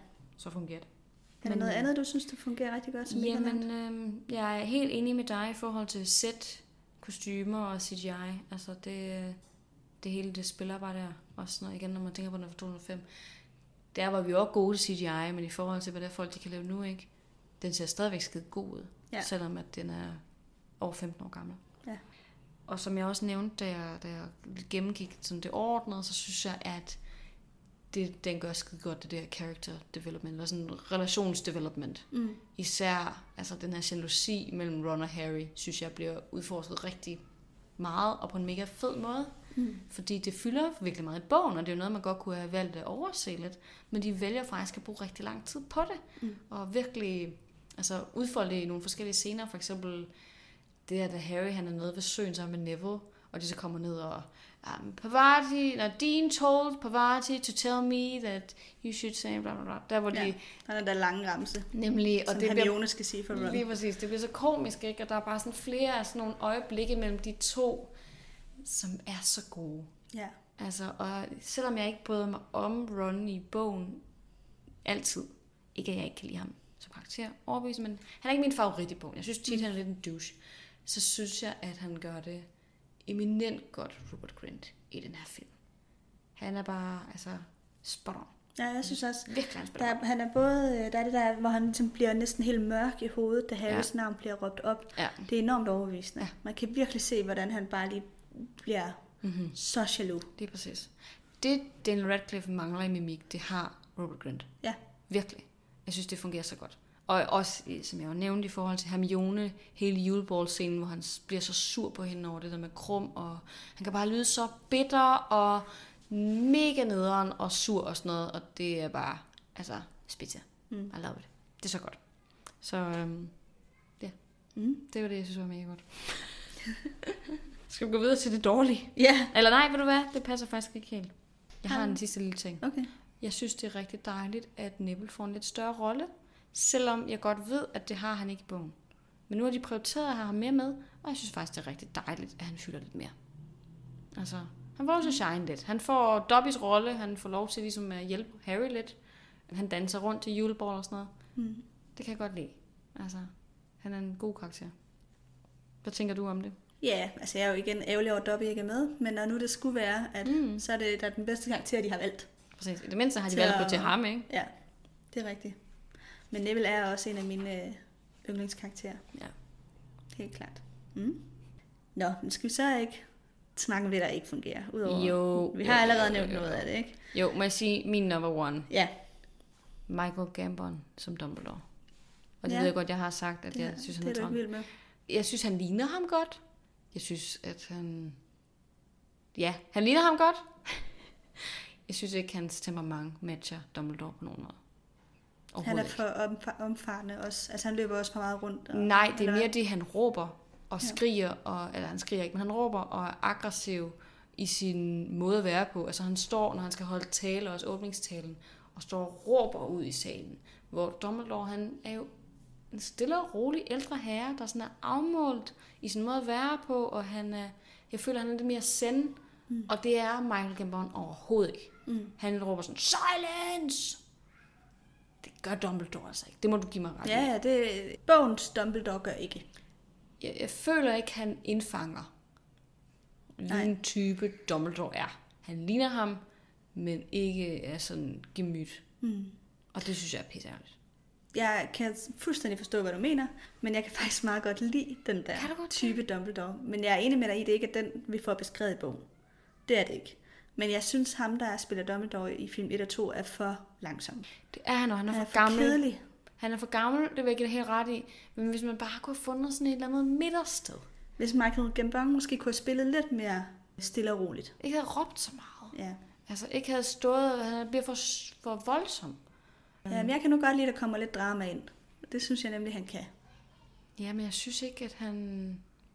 så fungerer det. Er der noget andet, du synes, det fungerer rigtig godt? Som jeg er helt enig med dig i forhold til set, kostymer og CGI. Altså det hele det spilarbejde der. Også når, igen, når man tænker på den fra 2005. Der var vi også gode til CGI, men i forhold til, hvad det er folk, de kan lave nu, ikke? Den ser stadigvæk skide god ud. Ja. Selvom at den er over 15 år gammel. Ja. Og som jeg også nævnte, da jeg gennemgik sådan det ordnede, så synes jeg, at den gør skide godt, det der character development, eller sådan relationsdevelopment. Især altså den her jalousi mellem Ron og Harry, synes jeg bliver udforsket rigtig meget, og på en mega fed måde. Fordi det fylder virkelig meget i bogen, og det er jo noget, man godt kunne have valgt at overse lidt, men de vælger faktisk at bruge rigtig lang tid på det, og virkelig altså udfolde det i nogle forskellige scener. For eksempel det her, da Harry han er nede ved søen sammen med Neville, og de så kommer ned og Dean told Parvati to tell me that you should say bla bla bla. Der hvor de han er der lange ramse. Nemlig, og som det Hermione skal sige for Ron. Lige præcis. Det bliver så komisk, ikke? Og der er bare sådan flere af sådan nogle øjeblikke mellem de to, som er så gode. Ja. Altså, og selvom jeg ikke bryder mig om Ron i bogen altid, ikke at jeg ikke kan lide ham som karakter overbevist, men han er ikke min favorit i bogen. Jeg synes tit, han er lidt en douche. Så synes jeg, at han gør det eminent godt, Rupert Grint, i den her film. Han er bare, altså, spot on. Ja, jeg synes også, virkelig han er både, der er det der, hvor han ligesom bliver næsten helt mørk i hovedet, da Harrys navn bliver råbt op. Ja. Det er enormt overbevisende. Ja. Man kan virkelig se, hvordan han bare lige bliver så jaloux. Det er præcis. Det Daniel Radcliffe mangler i mimik, det har Rupert Grint. Ja. Virkelig. Jeg synes, det fungerer så godt. Og også, som jeg jo nævnte, i forhold til Hermione, hele juleball-scenen, hvor han bliver så sur på hende over det der med Krum, og han kan bare lyde så bitter og mega nederen og sur og sådan noget, og det er bare, altså, spidse. I love it. Det er så godt. Så det var det, jeg synes var mega godt. Skal vi gå videre til det dårlige? Ja. Eller nej, ved du hvad? Det passer faktisk ikke helt. Jeg har en sidste lille ting. Okay. Jeg synes, det er rigtig dejligt, at Neville får en lidt større rolle, selvom jeg godt ved, at det har han ikke i bogen. Men nu har de prioriteret at have ham mere med, og jeg synes faktisk, det er rigtig dejligt, at han fylder lidt mere. Altså, han får lov til at shine lidt. Han får Dobbys rolle, han får lov til ligesom at hjælpe Harry lidt. Han danser rundt til julebord og sådan noget. Det kan jeg godt lide. Altså, han er en god karakter. Hvad tænker du om det? Ja, altså jeg er jo igen ærgerlig over, at Dobby ikke er med, men når nu det skulle være, at så er det der den bedste karakter, de har valgt. Præcis. I det mindste har de valgt at gå til ham, ikke? Ja, det er rigtigt. Men Neville er også en af mine yndlingskarakterer. Ja. Helt klart. Nå, men skal vi så ikke snakke om det, der ikke fungerer? Udover, jo. Vi har allerede nævnt noget af det, ikke? Jo, må jeg sige min number one? Ja. Michael Gambon som Dumbledore. Og det ved jeg godt, jeg har sagt, at jeg synes, han er træt. Vild med. Jeg synes, han ligner ham godt. Jeg synes, at han... Ja, han ligner ham godt. Jeg synes ikke, hans temperament matcher Dumbledore på nogen måde. Han er for omfarende også. Altså, han løber også for meget rundt. Nej, det er mere det, han råber og skriger. Eller han skriger ikke, men han råber og er aggressiv i sin måde at være på. Altså, han står, når han skal holde tale, også åbningstalen, og står og råber ud i salen. Hvor Dumbledore, han er jo en stille og rolig ældre herre, der sådan er afmålt i sin måde at være på, og jeg føler, han er lidt mere zen, og det er Michael Gambon overhovedet ikke. Han råber sådan, silence! Det gør Dumbledore altså ikke. Det må du give mig ret i. Ja, det bogens Dumbledore gør ikke. Jeg føler ikke, han indfanger, hvilken type Dumbledore er. Han ligner ham, men ikke er sådan gemyt. Og det synes jeg er pisseærligt. Jeg kan fuldstændig forstå, hvad du mener, men jeg kan faktisk meget godt lide den der type Dumbledore. Men jeg er enig med dig i, det ikke er den, vi får beskrevet i bogen. Det er det ikke. Men jeg synes, ham, der spiller Dumbledore i film 1 og 2, er for langsom. Det er han, og han er for gammel. Kedelig. Han er for gammel, det vil jeg give dig helt ret i. Men hvis man bare kunne have fundet sådan et eller andet midtersted. Hvis Michael Gambon måske kunne have spillet lidt mere stille og roligt. Ikke havde råbt så meget. Ja. Altså ikke havde stået, han bliver for voldsom. Ja, men jeg kan nu godt lide, at der kommer lidt drama ind. Det synes jeg nemlig, han kan. Ja, men jeg synes ikke, at han...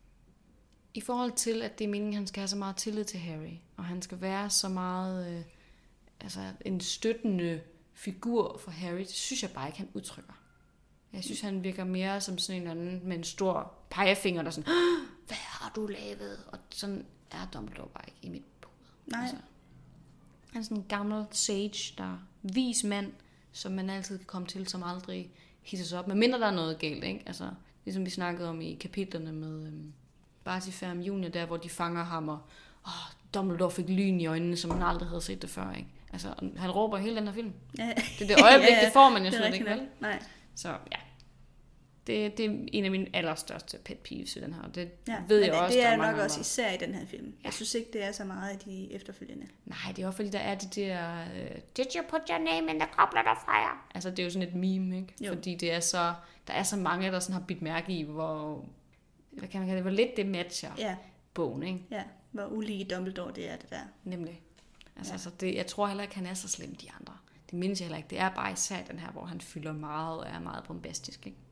I forhold til, at det er meningen, at han skal have så meget tillid til Harry, og han skal være så meget en støttende figur for Harry, det synes jeg bare ikke, han udtrykker. Jeg synes, han virker mere som sådan en anden med en stor pegefinger, der sådan, hvad har du lavet? Og sådan er Dumbledore bare ikke i mit hoved. Nej. Altså, han er sådan en gammel sage, der vis mand, som man altid kan komme til, som aldrig hisses op, medmindre der er noget galt, ikke? Altså, ligesom vi snakkede om i kapitlerne med Barty Ferm Junior, der hvor de fanger ham, og Dumbledore fik lyn i øjnene, som han aldrig havde set det før, ikke? Altså, han råber hele den her film. Ja. Det er det øjeblik, det får man jo slet ikke, vel? Nej. Så ja, det er en af mine allerstørste pet peeves i den her. Det ved jeg også, det der er nok også især i den her film. Ja. Jeg synes ikke, det er så meget af de efterfølgende. Nej, det er også fordi, der er de der, did you put your name in the goblet of fire? Altså, det er jo sådan et meme, ikke? Jo. Fordi det er så, der er så mange, der sådan har bidt mærke i, hvor, hvad kan man kalde det, hvor lidt det matcher bogen, ikke? Ja, hvor ulige Dumbledore det er det der. Nemlig. Altså, så det, jeg tror heller ikke, han er så slem de andre. Det mindes jeg heller ikke. Det er bare især den her, hvor han fylder meget og er meget bombastisk, ikke?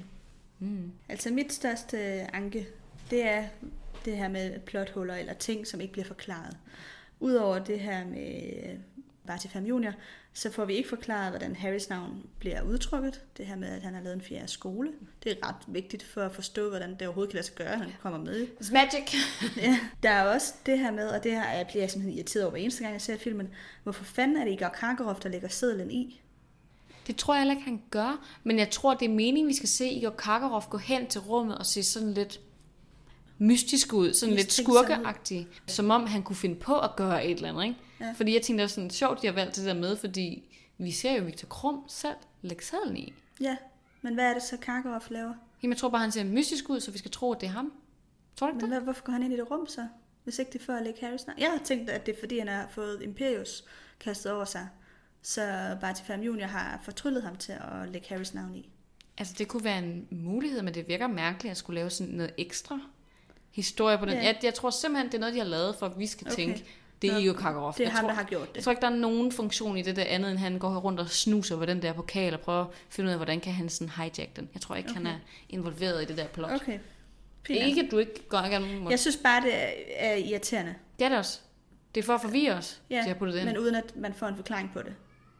Altså mit største anke, det er det her med plothuller eller ting, som ikke bliver forklaret. Udover det her med Barty Ferm Junior, så får vi ikke forklaret, hvordan Harrys navn bliver udtrykket. Det her med, at han har lavet en 4. skole. Det er ret vigtigt for at forstå, hvordan det overhovedet kan lade sig gøre, at han kommer med. It's magic! Ja, der er også det her med, og det her jeg bliver simpelthen irriteret over hver eneste gang, jeg ser filmen. Hvorfor fanden er det Igor Karkaroff, der lægger sedlen i? Det tror jeg heller ikke, han gør. Men jeg tror, det er meningen, vi skal se Igor Karkaroff gå hen til rummet og se sådan lidt mystisk ud. Sådan lidt skurkeagtig. Som om han kunne finde på at gøre et eller andet, ikke? Ja. Fordi jeg tænkte, det var sådan sjovt, de har valgt det der med, fordi vi ser jo Viktor Krum selv lægge sadlen i. Ja, men hvad er det så Karkaroff laver? Jamen, jeg tror bare, han ser mystisk ud, så vi skal tro, at det er ham. Tror du ikke det? Men hvorfor går han ind i det rum så? Hvis ikke det er for at lægge Harrys navn? Jeg har tænkt, at det er fordi, han har fået Imperius kastet over sig. Så Barty Ferm Junior har fortryllet ham til at lægge Harrys navn i. Altså, det kunne være en mulighed, men det virker mærkeligt at skulle lave sådan noget ekstra historie på den. Ja. Jeg tror simpelthen, det er noget, de har lavet, for at vi skal tænke, Det er Igor Karkaroff. Det er ham, der har gjort det. Jeg tror ikke, der er nogen funktion i det der andet, end han går rundt og snuser på den der pokal og prøver at finde ud af, hvordan kan han sådan hijack den. Jeg tror ikke, han er involveret i det der plot. Okay. Ikke, du ikke går gerne. Jeg synes bare, det er irriterende. Det er det også. Det er for at forvirre os, ja, de har puttet det ind. Men uden at man får en forklaring på det.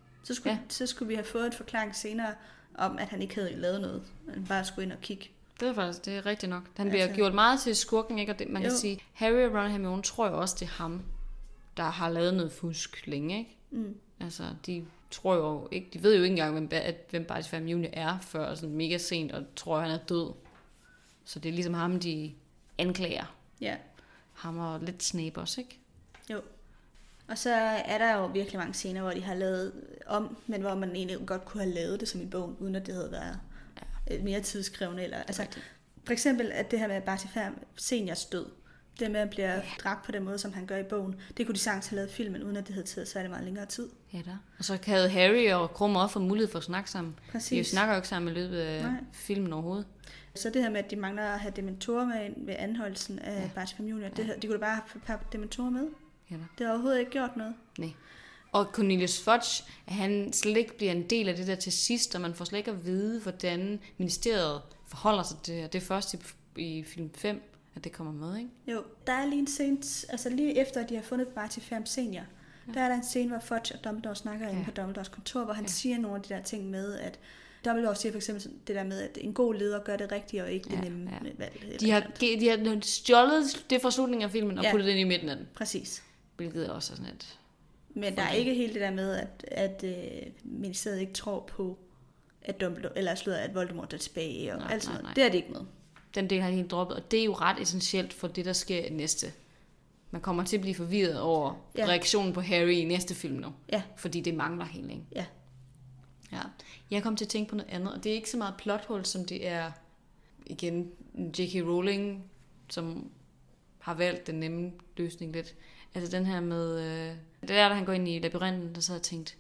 Så skulle vi have fået en forklaring senere om, at han ikke havde lavet noget. Han bare skulle ind og kigge. Det er rigtigt nok. Han bliver gjort meget til skurken, ikke? Og det, man kan sige, Harry og Ron Hermione tror jo også, det er ham, der har lavet noget fusk længe, ikke? Altså, de tror jo ikke, de ved jo ikke engang, hvem Barty Fam Junior er, før sådan mega sent, og tror, han er død. Så det er ligesom ham, de anklager. Ja. Ham og lidt Snape også, ikke? Jo. Og så er der jo virkelig mange scener, hvor de har lavet om, men hvor man egentlig godt kunne have lavet det som i bogen, uden at det havde været mere tidskrævende. Eller, altså, for eksempel, at det her med Barty Fam Seniors død, det med at blive dræbt på den måde, som han gør i bogen, det kunne de sagtens have lavet filmen, uden at det havde taget særlig meget længere tid. Ja da. Og så havde Harry og Krum også fået mulighed for at snakke sammen. Præcis. De snakker jo ikke sammen i løbet af filmen overhovedet. Så det her med, at de mangler at have dementorer med ved anholdelsen af Barty Fam Junior, de kunne da bare have dementorer med. Ja da. Det har overhovedet ikke gjort noget. Nej. Og Cornelius Fudge, at han slet ikke bliver en del af det der til sidst, og man får slet ikke at vide, hvordan ministeriet forholder sig til det. Det er først i film 5, at det kommer med, ikke? Jo, der er lige en scene, altså lige efter, at de har fundet Barty Fam Senior, der er der en scene, hvor Fudge og Dumbledore snakker inde på Dumbledores kontor, hvor han siger nogle af de der ting med, at Dumbledore siger for eksempel det der med, at en god leder gør det rigtige, og ikke det nemme valg. De har stjålet det fra slutningen af filmen, og puttet det ind i midten af den. Præcis. Hvilket er også sådan et... Men der er ikke helt det der med, at ministeriet ikke tror på, at Dumbledore, eller at Voldemort er tilbage, og alt sådan noget. Det er det ikke med. Den del har de helt droppet, og det er jo ret essentielt for det, der sker næste. Man kommer til at blive forvirret over reaktionen på Harry i næste film nu. Ja. Fordi det mangler helt, ikke? Ja. Ja. Jeg kom til at tænke på noget andet, og det er ikke så meget plothul, som det er, igen, J.K. Rowling, som har valgt den nemme løsning lidt. Altså den her med, det der han går ind i labyrinten, der så havde tænkt,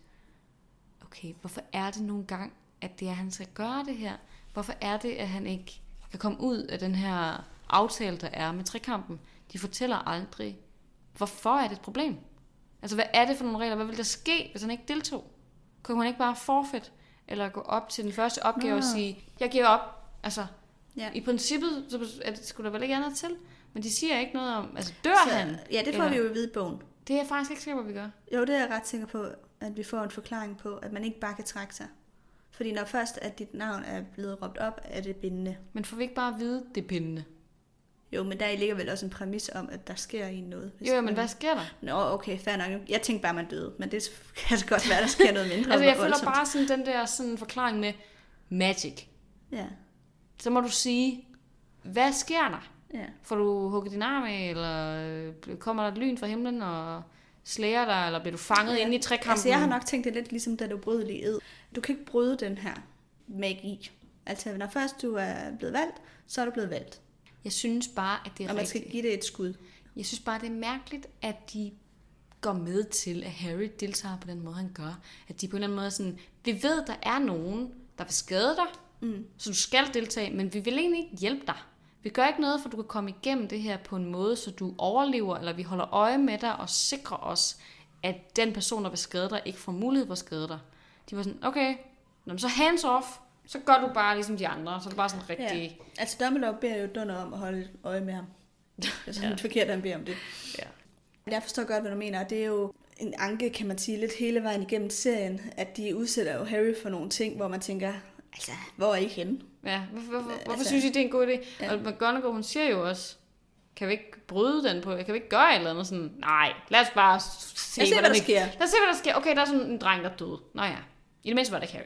okay, hvorfor er det nogle gange, at det er, han skal gøre det her? Hvorfor er det, at han ikke kan komme ud af den her aftale, der er med trekampen? De fortæller aldrig, hvorfor er det et problem? Altså, hvad er det for nogle regler? Hvad vil der ske, hvis han ikke deltog? Kunne man ikke bare forfeit, eller gå op til den første opgave og sige, jeg giver op? Altså, i princippet, så skulle der vel ikke andet til, men de siger ikke noget om, altså dør han? Ja, det får vi jo i vide bogen. Det er jeg faktisk ikke sikker på, vi gør. Jo, det er jeg ret sikker på, at vi får en forklaring på, at man ikke bare kan trække sig. Fordi når først, at dit navn er blevet råbt op, er det bindende. Men får vi ikke bare at vide, det er bindende? Jo, men der ligger vel også en præmis om, at der sker i noget. Jo, men hvad sker der? Nå, okay, fair nok. Jeg tænkte bare, man døde, men det kan så godt være, der sker noget mindre. Altså, jeg føler bare sådan den der sådan forklaring med magic. Ja. Så må du sige, hvad sker der? Ja. Får du hugget din arm af, eller kommer der et lyn fra himlen og slæger dig, eller bliver du fanget inde i trekampen? Altså, jeg har nok tænkt det lidt ligesom, da du brød ed. Du kan ikke bryde den her magi. Altså, når først du er blevet valgt, så er du blevet valgt. Jeg synes bare, at det er og man skal give det et skud. Jeg synes bare, det er mærkeligt, at de går med til, at Harry deltager på den måde, han gør. At de på en eller anden måde sådan, vi ved, der er nogen, der vil skade dig, så du skal deltage, men vi vil egentlig ikke hjælpe dig. Vi gør ikke noget, for du kan komme igennem det her på en måde, så du overlever, eller vi holder øje med dig og sikrer os, at den person, der vil skade dig, ikke får mulighed for at skade dig. De var sådan, okay, så hands off, så gør du bare ligesom de andre, så er det bare sådan rigtig... Ja. Altså Dumbledore beder jo Dunder om at holde øje med ham. Det er sådan forkert, at han beder om det. Ja. Jeg forstår godt, hvad du mener, og det er jo en anke, kan man sige, lidt hele vejen igennem serien, at de udsætter jo Harry for nogle ting, hvor man tænker, altså, hvor er I henne? Ja, hvorfor synes I, det er en god idé? Ja. Og McGonagall, hun siger jo også, kan vi ikke bryde den på? Kan vi ikke gøre et eller andet sådan? Nej, lad os bare se, hvad der sker. Lad os se, hvad der sker. Okay, der er sådan en dreng, der døde. Nå ja, i det mindste var det ikke Harry.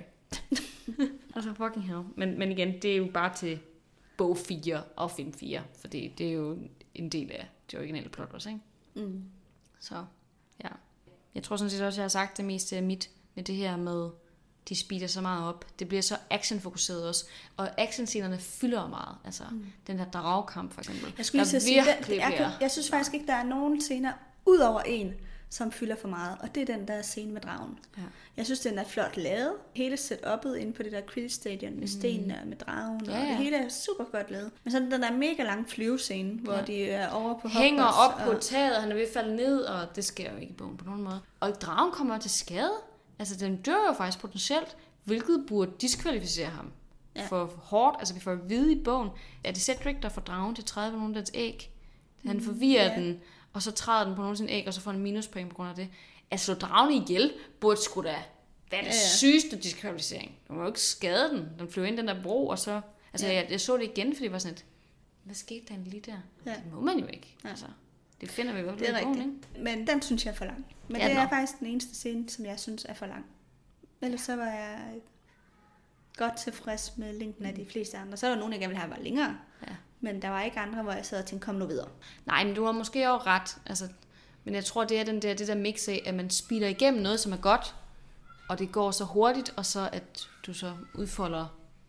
Altså fucking hell. Men igen, det er jo bare til bog 4 og film 4, fordi det er jo en del af det originale plot også, ikke? Mm. Så, ja. Jeg tror sådan set også, jeg har sagt det meste af mit med det her med, de speeder så meget op. Det bliver så actionfokuseret også. Og actionscenerne fylder meget. Altså, den her dragkamp for eksempel. Jeg skulle lige sige, jeg synes faktisk ikke, der er nogen scener, ud over en, som fylder for meget. Og det er den der scene med dragen. Ja. Jeg synes, den er flot lavet. Hele setup'et inde på det der Quidditch Stadion med stenene og med dragen. Og det hele er super godt lavet. Men så den der mega lang flyvescene, hvor de er over på hænger op på taget, og han er ved at falde ned, og det sker jo ikke i bogen på nogen måde. Og dragen kommer til skade. Altså, den dør jo faktisk potentielt, hvilket burde diskvalificere ham. For hårdt. Altså, vi får at vide i bogen, at det Cedric, der får dragen til at træde på nogle af dens æg. Han forvirrer den, og så træder den på nogle af sine æg, og så får han minuspoint på grund af det. Altså, dragen ihjel burde sgu da være det sygeste diskvalificering. Du må jo ikke skade den. Den flyver ind den der bro, og så... Altså, jeg så det igen, fordi det var sådan et... Hvad skete der lige der? Ja. Det må man jo ikke. Ja. Altså, det finder vi i hvert fald i bogen, ikke? Men den synes jeg er for lang. Men det er faktisk den eneste scene, som jeg synes er for lang. Ellers så var jeg godt tilfreds med længden af de fleste andre. Så er der nogen, jeg gerne ville have, var længere. Ja. Men der var ikke andre, hvor jeg sad og tænkte, kom nu videre. Nej, men du har måske også ret. Altså, men jeg tror, det er det der mix af, at man speeder igennem noget, som er godt, og det går så hurtigt, og så at du så udfolder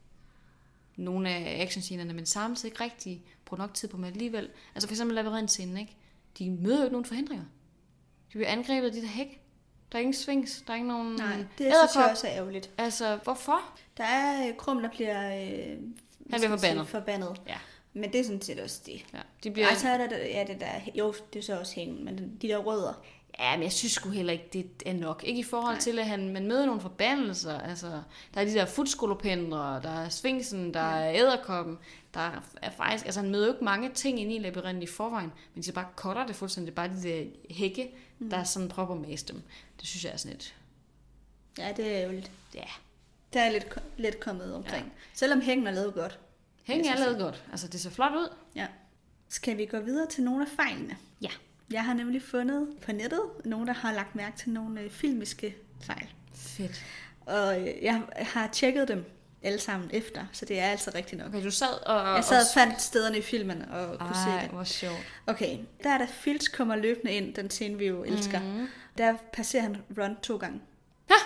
nogle af actionscenerne, men samtidig ikke rigtig bruger nok tid på dem alligevel. Altså for eksempel labyrintscenen, ikke? De møder jo ikke nogen forhindringer. De bliver angrebet af de der hæk. Der er ingen svings, der er ikke nogen... Nej, det synes jeg også er ærgerligt. Altså, hvorfor? Der er Krum, der bliver... Han bliver forbandet. Ja. Men det er sådan set også det. Ja, de bliver... Ej, så er der, det der... Jo, det er så også hængen, men de der rødder... Ja, men jeg synes sgu heller ikke, det er nok. Ikke i forhold til, at man møder nogle forbandelser. Altså, der er de der futskolopendre, der er svingsen, der er æderkoppen. Der er faktisk... Altså, han møder jo ikke mange ting inde i labyrinten i forvejen, men de bare cutter det fuldstændig. Det er bare de der hække, der sådan prøver at mase dem. Det synes jeg er sådan et... Ja, det er jo lidt... Ja. Det er lidt kommet omkring. Ja. Selvom hængen er lavet godt. Hængen er lavet godt. Altså, det ser flot ud. Ja. Skal vi gå videre til nogle af fejlene? Ja. Jeg har nemlig fundet på nettet nogen, der har lagt mærke til nogle filmiske fejl. Fedt. Og jeg har tjekket dem alle sammen efter, så det er altså rigtigt nok. Okay, du sad og... Jeg sad og fandt stederne i filmen og kunne se det. Ej, hvor sjovt. Okay, der er der Filch kommer løbende ind, den scene vi jo elsker. Mm-hmm. Der passerer han Ron 2 gange. Ja!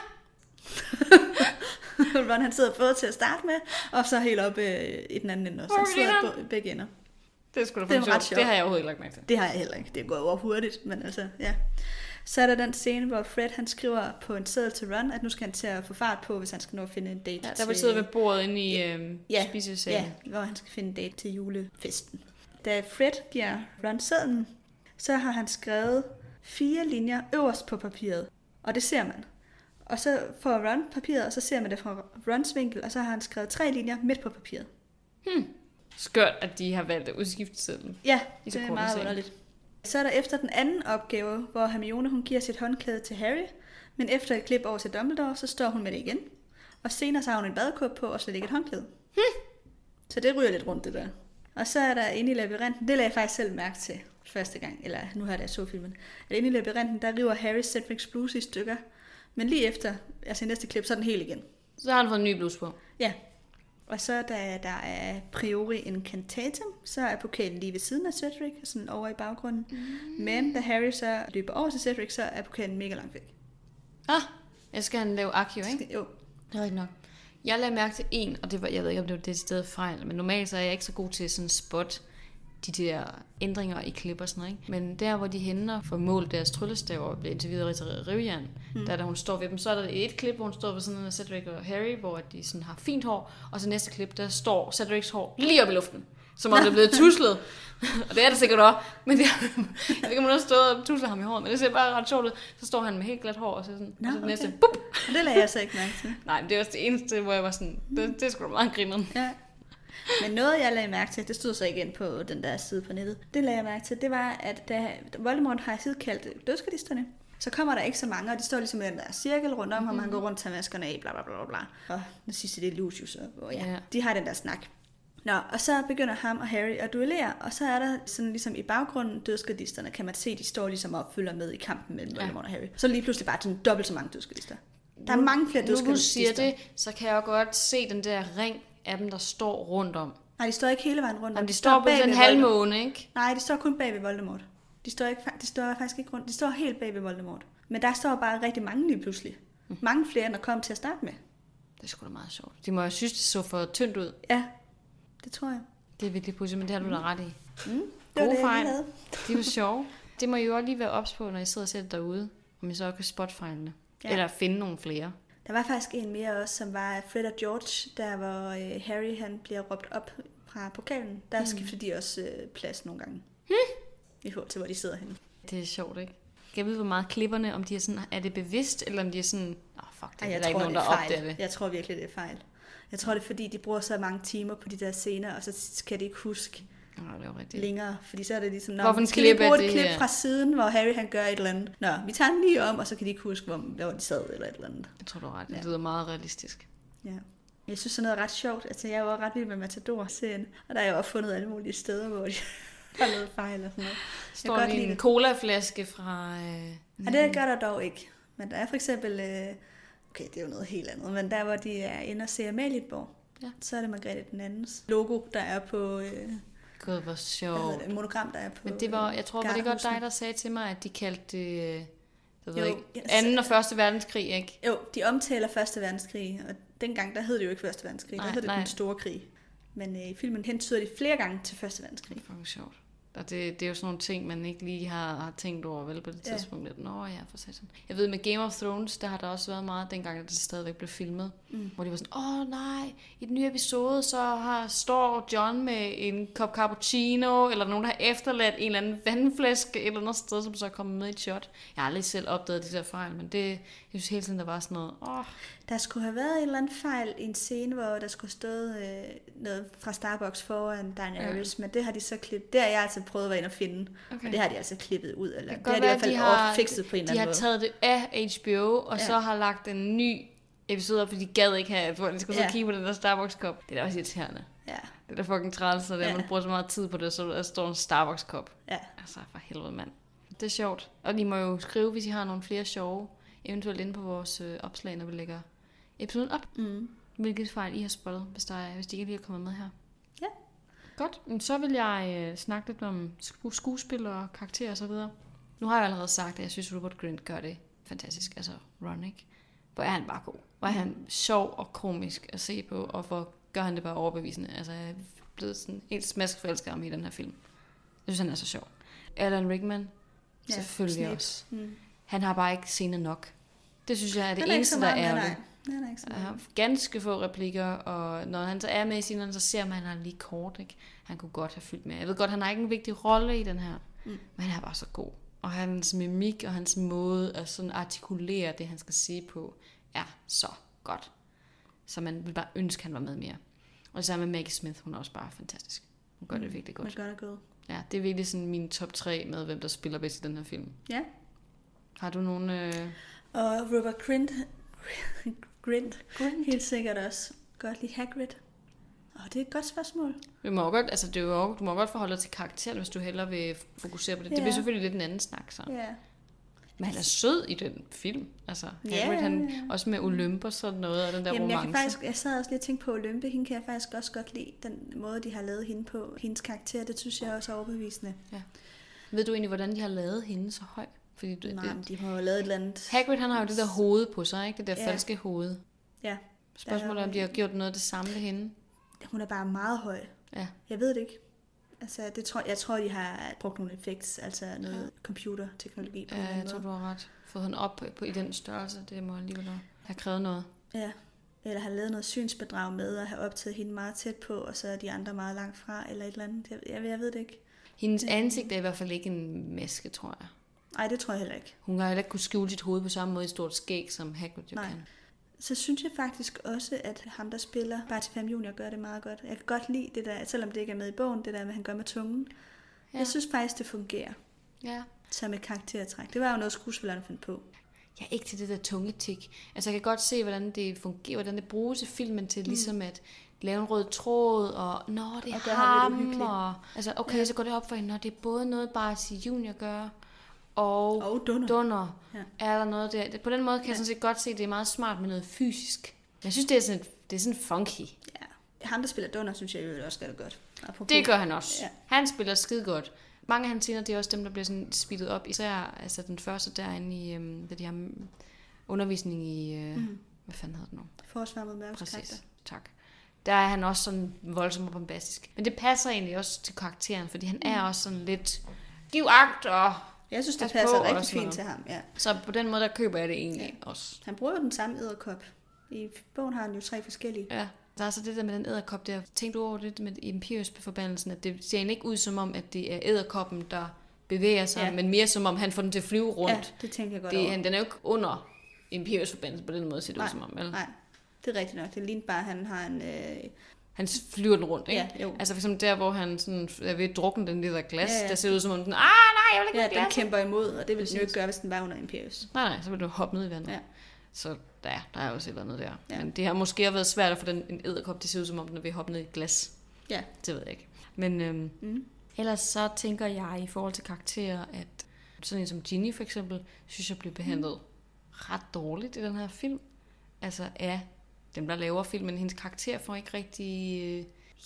Ron han sidder både til at starte med, og så helt op i den anden ende også. Han sidder på begge ender. Det er sgu da ret sjovt. Det har jeg overhovedet ikke lagt mærke til. Det har jeg heller ikke. Det går over hurtigt, men altså, ja. Så er der den scene, hvor Fred han skriver på en seddel til Ron, at nu skal han til at få fart på, hvis han skal nå at finde en date. Ja, der vil sidde ved bordet inde i spisesalen. Ja, hvor han skal finde en date til julefesten. Da Fred giver Ron sedlen, så har han skrevet 4 linjer øverst på papiret, og det ser man. Og så får Ron papiret, og så ser man det fra Rons vinkel, og så har han skrevet 3 linjer midt på papiret. Skørt, at de har valgt at udskifte sedlen. Ja, det er meget underligt. Så er der efter den anden opgave, hvor Hermione hun giver sit håndklæde til Harry, men efter et klip over til Dumbledore, så står hun med det igen. Og senere så har hun en badekåbe på, og slet ikke et håndklæde. Så det ryger lidt rundt, det der. Og så er der inde i labyrinten, det lagde jeg faktisk selv mærke til første gang, eller nu har jeg så filmen, at inde i labyrinten, der river Harry Cedrics bluse i stykker, men lige efter, altså i næste klip, så er den helt igen. Så har han fået en ny bluse på. Ja. Og så da der er priori incantatum, så er pokalen lige ved siden af Cedric, sådan over i baggrunden. Men da Harry så løber over til Cedric, så er pokalen mega langt væk. Jeg skal han lave Accio, ikke? Jo. Det er rigtigt nok. Jeg lagde mærke til en, og det var, jeg ved ikke, om det var det sted fejl, men normalt så er jeg ikke så god til sådan spot de der ændringer i klip og sådan noget, ikke? Men der, hvor de hænder for mål deres tryllestav og bliver interviewet til Rivjern, da hun står ved dem, så er der et klip, hvor hun står ved sådan af Cedric og Harry, hvor de sådan har fint hår, og så næste klip, der står Cedrics hår lige op i luften, som om det er blevet tuslet. Og det er det sikkert også, men det jeg ved ikke, om hun har stået og tuslet ham i håret, men det ser bare ret sjovt ud. Så står han med helt glat hår, og så sådan, og så næste, bup! Det lagde jeg så ikke mærke til. Nej, men det er også det eneste, hvor jeg var sådan, det er sgu da meget grineren. Ja. Men noget, jeg lagde mærke til, det stod så igen på den der side på nettet, det lagde jeg mærke til, det var, at da Voldemort har kaldt dødsgardisterne, så kommer der ikke så mange, og de står ligesom i den der cirkel rundt om ham, han går rundt og tager maskerne af, bla bla bla bla. Og den sidste, det er Lucius, og de har den der snak. Nå, og så begynder ham og Harry at duellere, og så er der sådan ligesom i baggrunden dødsgardisterne, kan man se, de står ligesom og følger med i kampen mellem Voldemort og Harry. Så lige pludselig bare sådan dobbelt så mange dødsgardister. Der er mange flere dødsgardister. Nu du siger det, så kan jeg godt se den der ring af dem, der står rundt om. Nej, de står ikke hele vejen rundt om. De står på den halvmåne, ikke? Nej, de står kun bag ved Voldemort. De står faktisk ikke rundt. De står helt bag ved Voldemort. Men der står bare rigtig mange lige pludselig. Mange flere, end der kom til at starte med. Det er sgu da meget sjovt. De må jo synes, det så for tyndt ud. Ja, det tror jeg. Det er virkelig pudsigt, men det har du da ret i. Det var det, jeg havde. De var sjove. Det må I jo også lige være ops på, når I sidder og ser det derude, om I så kan spotte fejlene. Ja. Eller finde nogle flere. Der var faktisk en mere også, som var Fred og George, der hvor Harry han bliver råbt op fra pokalen. Der skifter de også plads nogle gange. I forhold til, hvor de sidder henne. Det er sjovt, ikke? Kan jeg vide, hvor meget klipperne, om de er sådan, er det bevidst, eller om de er sådan, fuck, det er ikke nogen, der opdager det. Jeg tror virkelig, det er fejl. Jeg tror, det er fordi, de bruger så mange timer på de der scener, og så kan de ikke huske længere. Fordi så er det ligesom, hvorfor skal vi bruge et klip fra siden, hvor Harry han gør et eller andet. Nå, vi tager den lige om, og så kan de ikke huske, hvor de sad eller et eller andet. Jeg tror, du har ret. Det lyder meget realistisk. Ja. Jeg synes, sådan noget er ret sjovt. Altså, jeg var ret vild med Matador-serien, og der er jo også fundet alle mulige steder, hvor de har lavet fejl og sådan noget. Står lige en colaflaske fra... Ja, det gør der dog ikke. Men der er for eksempel... okay, det er jo noget helt andet. Men der, hvor de er inde og ser Amalienborg, så er det Margrethe den andens logo, der er på... Gud, hvor sjovt. Et monogram, der er på... Men det var, jeg tror, var det godt dig, der sagde til mig, at de kaldte det... Jeg ved ikke, 2. og 1. verdenskrig, ikke? Jo, de omtaler 1. verdenskrig, og dengang, der hed det jo ikke 1. verdenskrig, der hed det den store krig. Men i filmen hentyder de flere gange til 1. verdenskrig. Det er faktisk sjovt. Og det er jo sådan nogle ting, man ikke lige har tænkt over, vel, på det tidspunkt. Lidt. Nå ja, for satan. Jeg ved, med Game of Thrones, der har der også været meget, dengang det stadigvæk blev filmet. Hvor de var sådan, nej, i den nye episode, så står John med en kop cappuccino, eller nogen, der har efterladt en eller anden vandflaske, et eller andet sted, som så er kommet med i et shot. Jeg har aldrig selv opdaget de der fejl, men det, jeg synes hele tiden, der var sådan noget, Der skulle have været en eller anden fejl i en scene, hvor der skulle stå noget fra Starbucks foran Daenerys, men det har de så klippet. Det har jeg altså prøvet at være inde og finde, og det har de altså klippet ud. Eller det har de i hvert fald fikset på en eller anden måde. De har taget det af HBO, og så har lagt en ny episode op, fordi de gad ikke have, hvor de skulle så kigge på den der Starbucks-kop. Det er da også irriterende. Ja. Det er da fucking træls, så man bruger så meget tid på det, så der står en Starbucks-kop. Ja. Altså, for helvede, mand. Det er sjovt. Og I må jo skrive, hvis I har nogle flere sjove, eventuelt inde på vores opslag, når vi lægger episoden op. Hvilket fejl I har spottet, hvis de ikke lige er kommet med her. Ja. Godt. Så vil jeg snakke lidt om skuespil og karakterer og så videre. Nu har jeg allerede sagt, at jeg synes, Rupert Grint gør det fantastisk. Altså Ron, ikke? Hvor er han bare god. Hvor er han sjov og komisk at se på, og hvor gør han det bare overbevisende. Altså jeg er blevet sådan helt smaskforelsket ham i den her film. Jeg synes, han er så sjov. Alan Rickman, selvfølgelig også. Han har bare ikke scener nok. Det synes jeg er det eneste, der er det. Han har ganske få replikker, og når han så er med i scenerne, så ser man, at han er lige kort, ikke? Han kunne godt have fyldt med. Jeg ved godt, han har ikke en vigtig rolle i den her, men han er bare så god. Og hans mimik og hans måde at sådan artikulere det, han skal sige på, er så godt. Så man vil bare ønske, han var med mere. Og sammen med Maggie Smith, hun er også bare fantastisk. Hun gør det virkelig godt. Ja, det er virkelig sådan min top 3 med, hvem der spiller bedst i den her film. Ja. Har du nogen... Og Rupert Grint. Helt sikkert også. Godt lide Hagrid. Det er et godt spørgsmål. Du må godt forholde dig til karakteren, hvis du hellere vil fokusere på det. Det bliver selvfølgelig lidt en anden snak, så. Ja. Men han er sød i den film. Altså, Hagrid, han også med Olymp og sådan noget, og den der romance. Jeg sad også lige og tænkte på Olympe. Hende kan jeg faktisk også godt lide. Den måde, de har lavet hende på. Hendes karakter, det synes jeg også er overbevisende. Ja. Ved du egentlig, hvordan de har lavet hende så høj? Fordi de har jo lavet et eller andet... Hagrid, han har jo det der hoved på sig, ikke? Det der falske hoved. Ja. Spørgsmålet er, om de har gjort noget af det samme ved hende. Hun er bare meget høj. Ja. Jeg ved det ikke. Altså, jeg tror, de har brugt nogle effekts, altså noget computerteknologi på jeg tror, du har ret. Fået hende op i den størrelse, det må alligevel have krævet noget. Ja. Eller have lavet noget synsbedrag med, og have optaget hende meget tæt på, og så er de andre meget langt fra, eller et eller andet. Jeg ved det ikke. Hendes ansigt er i hvert fald ikke en maske, tror jeg. Nej, det tror jeg heller ikke. Hun har heller ikke kunne skjule sit hoved på samme måde i et stort skæg, som Hagrid jo kan. Så synes jeg faktisk også, at ham, der spiller Barty Pham Jr., gør det meget godt. Jeg kan godt lide det der, selvom det ikke er med i bogen, det der, hvad han gør med tungen. Ja. Jeg synes faktisk, det fungerer. Ja. Som et karaktertræk. Det var jo noget, skuespillerne fandt på. Jeg er ikke til det der tungetik. Altså, jeg kan godt se, hvordan det fungerer, hvordan det bruges i filmen til ligesom at lave en rød tråd, og det er ham, og altså, okay, så går det op for hende, det er både noget, Barty Jr. gør, og Dunner. Ja. Er der noget der? På den måde kan jeg sådan set godt se, at det er meget smart med noget fysisk. Men jeg synes, det er sådan funky. Ja. Ham, der spiller Dunner, synes jeg jo også gør det godt. Apropos. Det gør han også. Ja. Han spiller skide godt. Mange af hans scener, det er også dem, der bliver sådan speedet op. Især altså den første derinde i, da de har undervisning i, hvad fanden hedder det nu? Forsvar mod mørkets kræfter. Tak. Der er han også sådan voldsom og bombastisk. Men det passer egentlig også til karakteren, fordi han er også sådan lidt giv agt og Jeg synes, det passer rigtig fint til ham. Ja. Så på den måde, der køber jeg det egentlig også. Han bruger jo den samme edderkop. I bogen har han jo 3 forskellige. Ja, der er så det der med den edderkop der. Tænkte du over det med Imperius-forbandelsen, at det ser ikke ud som om, at det er edderkoppen, der bevæger sig, men mere som om, han får den til at flyve rundt. Ja, det tænker jeg godt over. Den er jo ikke under Imperius-forbandelsen på den måde, ser det ud som om. Eller? Nej, det er rigtigt nok. Det ligner bare, at han har en... Han flyver den rundt, ikke? Ja, jo. Altså for eksempel der, hvor han sådan er ved at drukke den der glas, der ser ud som om den, nej, jeg vil ikke have glas. Den kæmper imod, og det vil den jo ikke gøre, hvis den var under Imperius. Nej, så vil den hoppe ned i vandet. Ja. Så der er også et eller andet der. Ja. Men det har måske været svært at få en edderkop, det ser ud som om den er ved at hoppe ned i et glas. Ja. Det ved jeg ikke. Men ellers så tænker jeg i forhold til karakterer, at sådan en som Ginny for eksempel, synes jeg blev behandlet ret dårligt i den her film. Altså af dem, der laver filmen. Hendes karakter får ikke rigtig...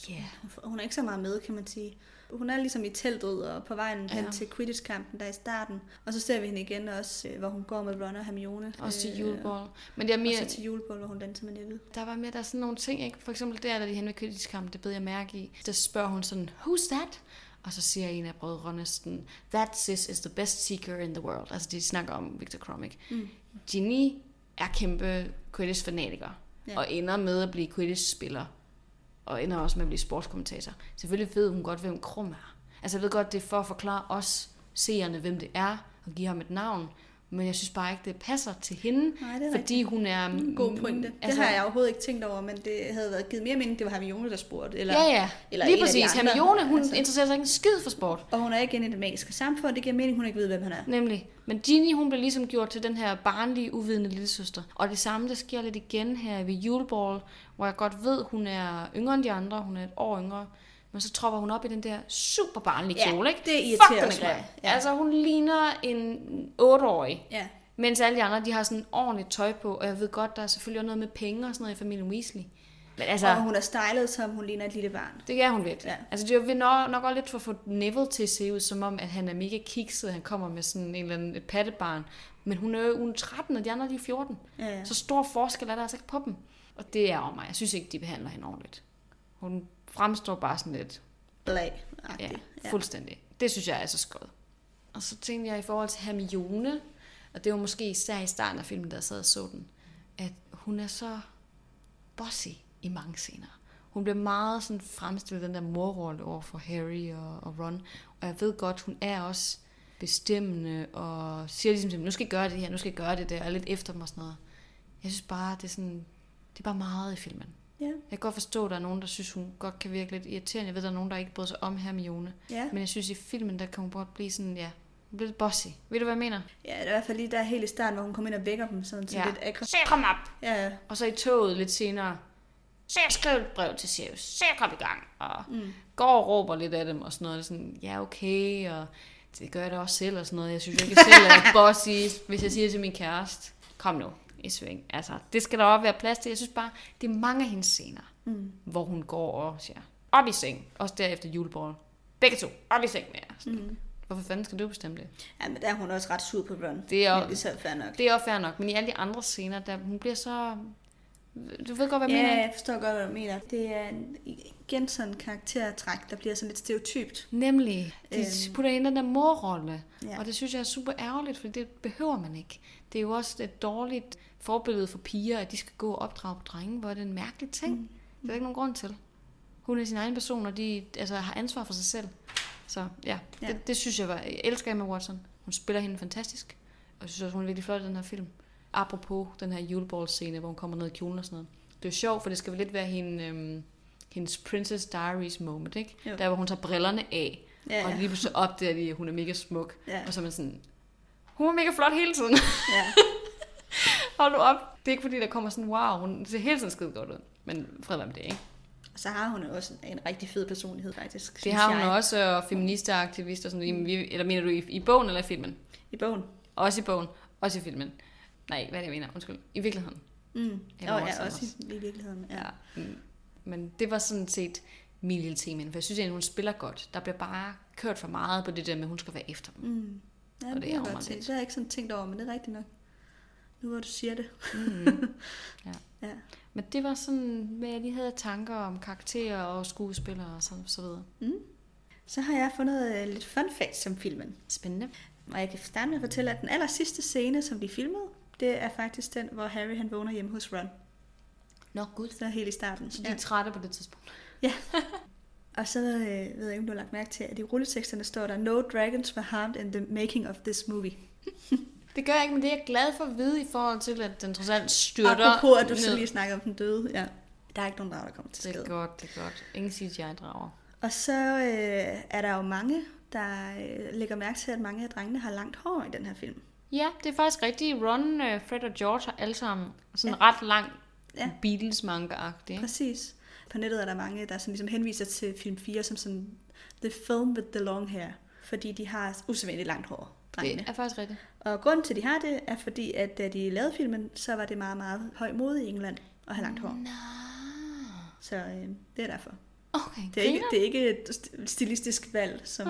Hun er ikke så meget med, kan man sige. Hun er ligesom i teltet og på vejen hen til Quidditch-kampen der i starten. Og så ser vi hende igen også, hvor hun går med Ron og Hermione. Også til juleball. Men det er mere... Også til juleball, hvor hun danser med Neville. Der var mere, der er sådan nogle ting, ikke? For eksempel der de er hen ved Quidditch-kampen, det bed jeg mærke i. Der spørger hun sådan, who's that? Og så siger en af brødrene sådan, that sis is the best seeker in the world. Altså de snakker om Victor Krum, ikke? Ginny er kæmpe Quidditch-fanatiker. Ja. Og ender med at blive Quidditch-spiller. Og ender også med at blive sportskommentator. Selvfølgelig ved hun godt, hvem Krum er. Altså jeg ved godt, det er for at forklare os seerne, hvem det er, og give ham et navn. Men jeg synes bare ikke, det passer til hende, fordi hun er... God pointe. Det har jeg overhovedet ikke tænkt over, men det havde været givet mere mening, det var Hermione, der spurgte. Eller, eller lige præcis. Hermione, hun interesserer sig ikke en skid for sport. Og hun er ikke inde i det magiske samfund, det giver mening, hun ikke ved, hvem han er. Nemlig. Men Ginny, hun blev ligesom gjort til den her barnlige, uvidende lillesøster. Og det samme, der sker lidt igen her ved juleball, hvor jeg godt ved, hun er yngre end de andre, hun er et år yngre. Men så tropper hun op i den der super barnlige kjole, ikke? Det irriterer også mig. Ja. Altså, hun ligner en 8-årig. Ja. Mens alle de andre, de har sådan ordentligt tøj på. Og jeg ved godt, der er selvfølgelig også noget med penge og sådan noget i familien Weasley. Men altså, og hun er stylet, som hun ligner et lille barn. Det gør hun lidt. Ja. Altså, det er nok også lidt for at få Neville til at se ud, som om, at han er mega kikset. Han kommer med sådan en eller anden, et pattebarn. Men hun er jo 13, og de andre, de er 14. Ja. Så stor forskel er der altså ikke på dem. Og det er over mig. Jeg synes ikke, de behandler hende ordentligt. Hun fremstår bare sådan lidt... Blag-agtig. Ja, fuldstændig. Det synes jeg er så skødt. Og så tænkte jeg i forhold til Hermione, og det var måske især i starten af filmen, der sad og så den, at hun er så bossy i mange scener. Hun bliver meget sådan fremstillet den der morrolle over for Harry og Ron, og jeg ved godt, hun er også bestemmende og siger ligesom, nu skal jeg gøre det her, nu skal jeg gøre det der, og lidt efter dem og sådan noget. Jeg synes bare, det er bare meget i filmen. Ja. Jeg kan godt forstå, at der er nogen, der synes, hun godt kan virke lidt irriterende. Jeg ved, der er nogen, der ikke bryder sig om Hermione. Ja. Men jeg synes, i filmen, der kan hun godt blive sådan, hun bliver lidt bossy. Ved du, hvad jeg mener? Ja, det er i hvert fald lige der helt i starten, hvor hun kommer ind og vækker dem sådan til lidt aggressivt. Se, kom op! Ja. Og så i toget lidt senere, se, jeg skriver et brev til Sirius. Se, jeg kom i gang. Og går og råber lidt af dem og sådan noget. Det er sådan, ja, okay, og det gør jeg da også selv og sådan noget. Jeg synes ikke selv er bossy, hvis jeg siger til min kæreste, kom nu. I sving. Altså, det skal der også være plads til. Jeg synes bare, det er mange af hendes scener, hvor hun går og siger, op i seng. Også derefter juleball. Begge to, op i seng med jer. Hvorfor fanden skal du bestemme det? Ja, men der er hun også ret sur på Ron. Det er også fair nok. Men i alle de andre scener, der hun bliver så... Du ved godt, hvad jeg mener? Ja, jeg forstår godt, hvad du mener. Det er igen sådan en karaktertræk, der bliver sådan lidt stereotypt. Nemlig. De putter ind den der morrolle. Ja. Og det synes jeg er super ærgerligt, for det behøver man ikke. Det er jo også et dårligt forbillede for piger, at de skal gå og opdrage på drenge, hvor det er en mærkelig ting. Det er ikke nogen grund til. Hun er sin egen person, og de har ansvar for sig selv. Så ja. Det synes jeg elsker Emma Watson. Hun spiller hende fantastisk. Og jeg synes også, hun er virkelig flot i den her film. Apropos den her juleball-scene, hvor hun kommer ned i kjolen og sådan noget. Det er jo sjovt, for det skal vel lidt være hendes Princess Diaries moment, ikke? Jo. Der hvor hun tager brillerne af, og lige pludselig opdager de, at hun er mega smuk. Ja. Og så er man sådan, hun er mega flot hele tiden. Ja. Hold nu op. Det er ikke fordi, der kommer sådan, wow, hun ser hele tiden skide godt ud. Men fred være med det, ikke? Og så har hun også en rigtig fed personlighed, faktisk. Det har hun også, og feminister og aktivister. Sådan, eller mener du i bogen eller i filmen? I bogen. Også i bogen. Også i filmen. Nej, hvad er det, jeg mener? Undskyld. I virkeligheden. Også i virkeligheden. Ja. Men det var sådan set min lille tema. For jeg synes, at hun spiller godt. Der bliver bare kørt for meget på det der med, at hun skal være efter dem. Ja, det er godt til. Det har jeg ikke sådan tænkt over, men det er rigtigt nok. Nu hvor du siger det. Ja. Men det var sådan, hvad jeg lige havde tanker om karakterer og skuespillere og så videre. Så har jeg fundet lidt fun facts om filmen. Spændende. Og jeg kan starte med at fortælle, at den aller sidste scene, som de filmede, det er faktisk den, hvor Harry han vågner hjemme hos Ron. Nå, gud. Så helt i starten. Så de er trætte på det tidspunkt. Ja. Og så ved jeg ikke, om du har lagt mærke til, at i rulleteksterne står der, No dragons were harmed in the making of this movie. Det gør jeg ikke, men det er jeg glad for at vide i forhold til, at den trods alt styrter. Apropos, at du så lige snakker om den døde. Ja. Der er ikke nogen drager, der kommer til skade. Det er godt, det er godt. Ingen CGI-drager. Og så er der jo mange, der lægger mærke til, at mange af drengene har langt hår i den her film. Ja, det er faktisk rigtigt. Ron, Fred og George har alle sammen sådan ret langt Beatles-manga-agtigt. Præcis. På nettet er der mange, der sådan ligesom henviser til film 4 som sådan the film with the long hair. Fordi de har usædvanligt langt hår, drengene. Det er faktisk rigtigt. Og grunden til, at de har det, er fordi, at da de lavede filmen, så var det meget, meget høj mode i England at have langt hår. No. Så det er derfor. Okay, det er ikke et stilistisk valg, som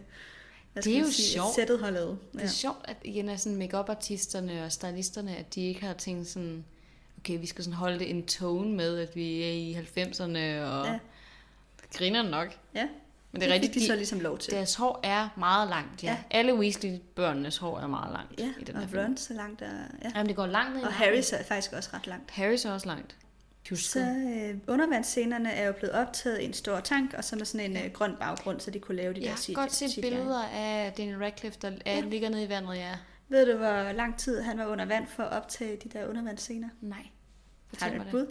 det er jo sjovt. Sættet har lavet. Ja. Det er sjovt, at igen er sådan make-up-artisterne og stylisterne, at de ikke har tænkt sådan, okay, vi skal sådan holde det en tone med, at vi er i 90'erne, og griner nok. Ja, men det er rigtigt, de så ligesom lov til. Deres hår er meget langt, ja. Alle Weasley-børnenes hår er meget langt i den her film. Og Ron så langt. Jamen, det går langt ned. Og Harry er faktisk også ret langt. Harry er også langt. Så undervandsscenerne er jo blevet optaget i en stor tank, og så med sådan en grøn baggrund, så de kunne lave de der CGI. Jeg har godt set billeder af Daniel Radcliffe, der ligger nede i vandet, ja. Ved du, hvor lang tid han var under vand for at optage de der undervandsscener? Nej. Har du et bud?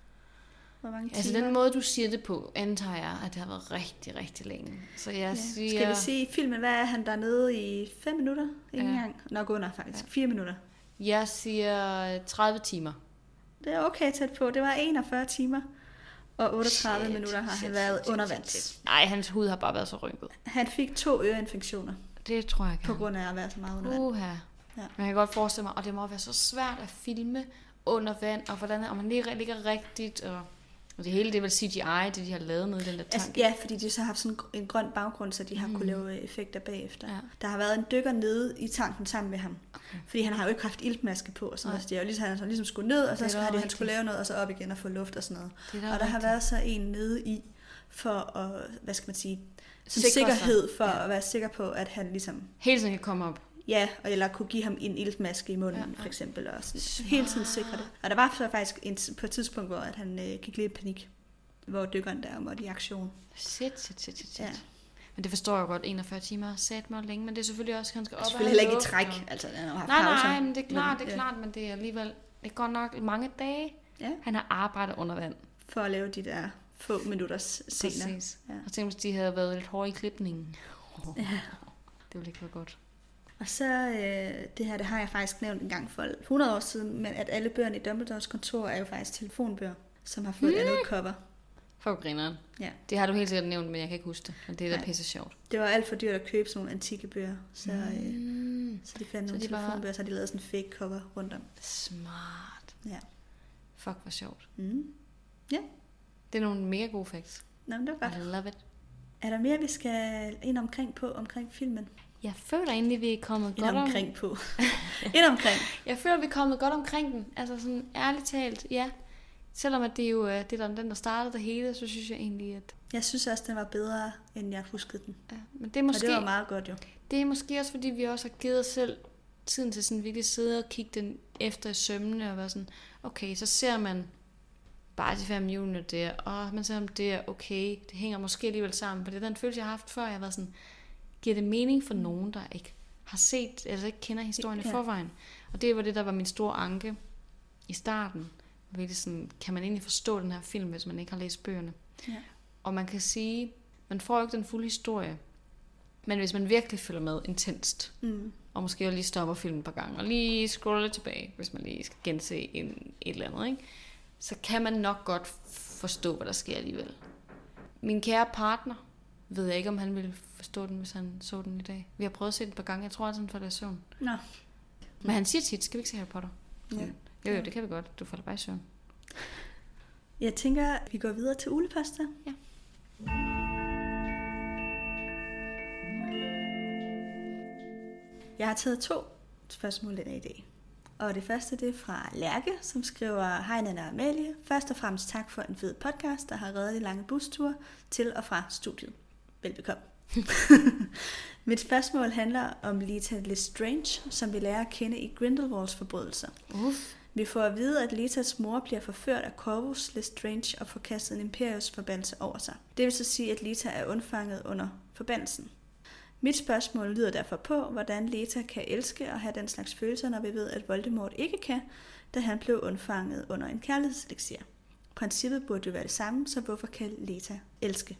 Hvor mange timer? Altså den måde, du siger det på, antager jeg, at det har været rigtig, rigtig længe. Så jeg siger... Skal vi sige i filmen, hvad er han dernede i 5 minutter? Ingen gang. Nok under faktisk. 4 minutter. Jeg siger 30 timer. Det er okay tæt på. Det var 41 timer. Og 38 minutter har han været under vand. Nej, hans hud har bare været så rynket. Han fik 2 øreinfektioner. Det tror jeg kan. På grund af at være så meget under vand. Ja. Man kan godt forestille mig, og det må være så svært at filme under vand, og hvordan man lige ligger rigtigt, og det hele, det er vel CGI, det de har lavet med den der tank. Altså, ja, fordi de så har haft sådan en grøn baggrund, så de har kunne lave effekter bagefter. Ja. Der har været en dykker nede i tanken sammen med ham, fordi han har jo ikke haft iltmaske på, og sådan noget. Så de har jo ligesom skulle ned, og så har han skulle lave noget, og så op igen og få luft og sådan noget. Og der har været så en nede i, for at, hvad skal man sige, sikkerhed for at være sikker på, at han ligesom... hele tiden kan komme op. Ja, eller kunne give ham en iltmaske i munden, for eksempel. Og sådan, hele tiden sikre det. Og der var så faktisk på et tidspunkt, hvor at han gik lidt i panik, hvor dykkeren der måtte i aktion. Shit. Ja. Men det forstår jeg godt, 41 timer sat mig længe, men det er selvfølgelig også, at han skal op og selvfølgelig heller ikke i træk. Altså, han har haft nej, men det er klart, men det er alligevel, det er godt nok mange dage, han har arbejdet under vand. For at lave de der få minutters scener. Præcis. Ja. Og tænk, hvis de havde været lidt hårde i klipningen. Det ville ikke være godt. Og så, det her, det har jeg faktisk nævnt en gang for 100 år siden, men at alle bøgerne i Dumbledores kontor er jo faktisk telefonbøger, som har fået et andet cover. For grineren. Ja. Det har du helt sikkert nævnt, men jeg kan ikke huske det. Men det er da pisse sjovt. Det var alt for dyrt at købe sådan nogle antikke bøger, så de fandt nogle telefonbøger, så de lavede sådan en fake cover rundt om. Smart. Ja. Fuck, hvor sjovt. Ja. Det er nogle mega gode facts. Nå, men det var godt. I love it. Er der mere, vi skal ind omkring filmen? Jeg føler egentlig, vi er kommet godt omkring. Jeg føler, vi er kommet godt omkring den. Altså sådan ærligt talt, ja. Selvom at det jo det er den, der startede det hele, så synes jeg egentlig, at... Jeg synes også, den var bedre, end jeg huskede den. Ja, men det er måske... Og det var meget godt jo. Det er måske også, fordi vi også har givet os selv tiden til sådan virkelig sidde og kigge den efter i sømmene og være sådan, okay, så ser man bare de 5 millioner der, og man ser om det er okay, det hænger måske alligevel sammen, for det er den følelse, jeg har haft før, jeg har været sådan, giver det mening for nogen, der ikke har set, eller ikke kender historien i forvejen? Og det var det, der var min store anke i starten. Sådan, kan man egentlig forstå den her film, hvis man ikke har læst bøgerne? Ja. Og man kan sige, man får jo ikke den fulde historie, men hvis man virkelig følger med intenst, og måske lige stopper filmen et par gange, og lige scroller lidt tilbage, hvis man lige skal gense et eller andet, ikke? Så kan man nok godt forstå, hvad der sker alligevel. Min kære partner, ved jeg ikke, om han ville forstå den, hvis han så den i dag. Vi har prøvet at se den et par gange. Jeg tror, at han falder i søvn. Nå. Men han siger tit, skal vi ikke se Harry Potter? Ja. Jo, det kan vi godt. Du falder bare i søvn. Jeg tænker, vi går videre til ulepasta. Ja. Jeg har taget 2 spørgsmål i dag. Og det første, det er fra Lærke, som skriver: Hej Nana og Amalie. Først og fremmest tak for en fed podcast, der har reddet de lange busture til og fra studiet. Velbekomme. Mit spørgsmål handler om Leta Lestrange, som vi lærer at kende i Grindelwalds forbrydelser. Vi får at vide, at Letas mor bliver forført af Corvus Lestrange og får kastet en Imperius forbandelse over sig. Det vil så sige, at Leta er undfanget under forbandelsen. Mit spørgsmål lyder derfor på, hvordan Leta kan elske og have den slags følelser, når vi ved, at Voldemort ikke kan, da han blev undfanget under en kærlighedseliksir. Princippet burde jo være det samme, så hvorfor kan Leta elske?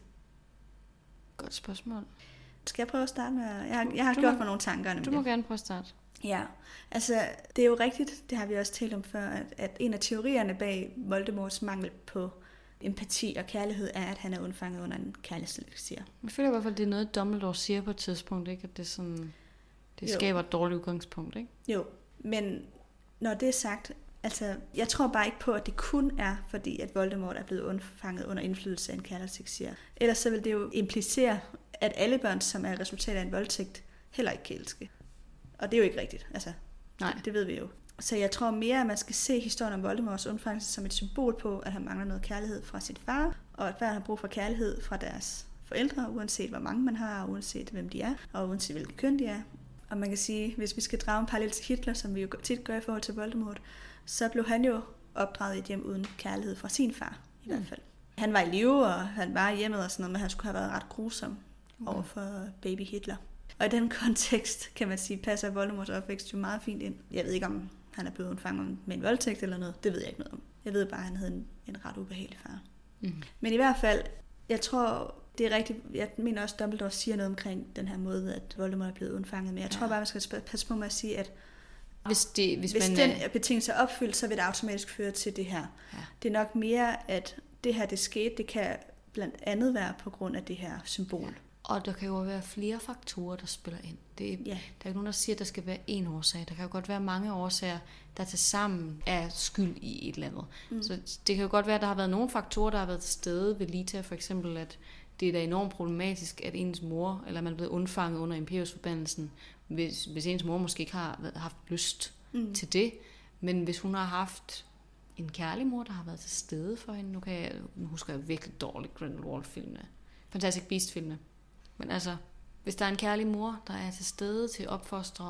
Godt spørgsmål. Skal jeg prøve at starte med? Jeg har gjort mig nogle tanker om det. Du må gerne prøve at starte. Ja, altså det er jo rigtigt, det har vi også talt om før, at en af teorierne bag Voldemorts mangel på empati og kærlighed er, at han er undfanget under en kærlighedseliksir. Jeg føler i hvert fald, det er noget, Dumbledore siger på et tidspunkt, ikke? At det, sådan, det skaber et dårligt udgangspunkt, ikke? Jo, men når det er sagt, altså jeg tror bare ikke på, at det kun er, fordi at Voldemort er blevet undfanget under indflydelse af en kærlighedseliksir. Ellers så vil det jo implicere, at alle børn, som er resultat af en voldtægt, heller ikke kan elske. Og det er jo ikke rigtigt, altså. Nej. Det ved vi jo. Så jeg tror mere, at man skal se historien om Voldemorts undfangelse som et symbol på, at han mangler noget kærlighed fra sin far, og at børn har brug for kærlighed fra deres forældre, uanset hvor mange man har, uanset hvem de er, og uanset hvilket køn de er. Og man kan sige, hvis vi skal drage en parallel til Hitler, som vi jo tit gør i forhold til Voldemort, så blev han jo opdraget i et hjem uden kærlighed fra sin far, i hvert fald. Han var i live, og han var i hjemmet og sådan noget, men han skulle have været ret grusom over for baby Hitler. Og i den kontekst, kan man sige, passer Voldemorts opvækst jo meget fint ind. Jeg ved ikke, om han er blevet undfanget med en voldtægt eller noget. Det ved jeg ikke noget om. Jeg ved bare, at han havde en ret ubehagelig far. Men i hvert fald, jeg tror, det er rigtigt. Jeg mener også, at Dumbledore siger noget omkring den her måde, at Voldemort er blevet undfanget. Men jeg tror bare, man skal passe på med at sige, at hvis den betingelse er opfyldt, så vil det automatisk føre til det her. Ja. Det er nok mere, at det her, det skete, det kan blandt andet være på grund af det her symbol. Ja. Og der kan jo være flere faktorer, der spiller ind. Der er ikke nogen, der siger, at der skal være én årsag. Der kan jo godt være mange årsager, der til sammen er skyld i et eller andet. Så det kan jo godt være, at der har været nogle faktorer, der har været til stede ved Leta. For eksempel, at det er da enormt problematisk, at ens mor, eller man er blevet undfanget under Imperius-forbandelsen, hvis ens mor måske ikke har haft lyst til det. Men hvis hun har haft en kærlig mor, der har været til stede for hende. Nu husker jeg virkelig dårligt Grindelwald-filmene. Fantastic Beast-filmene. Men altså, hvis der er en kærlig mor, der er til stede til opfostre,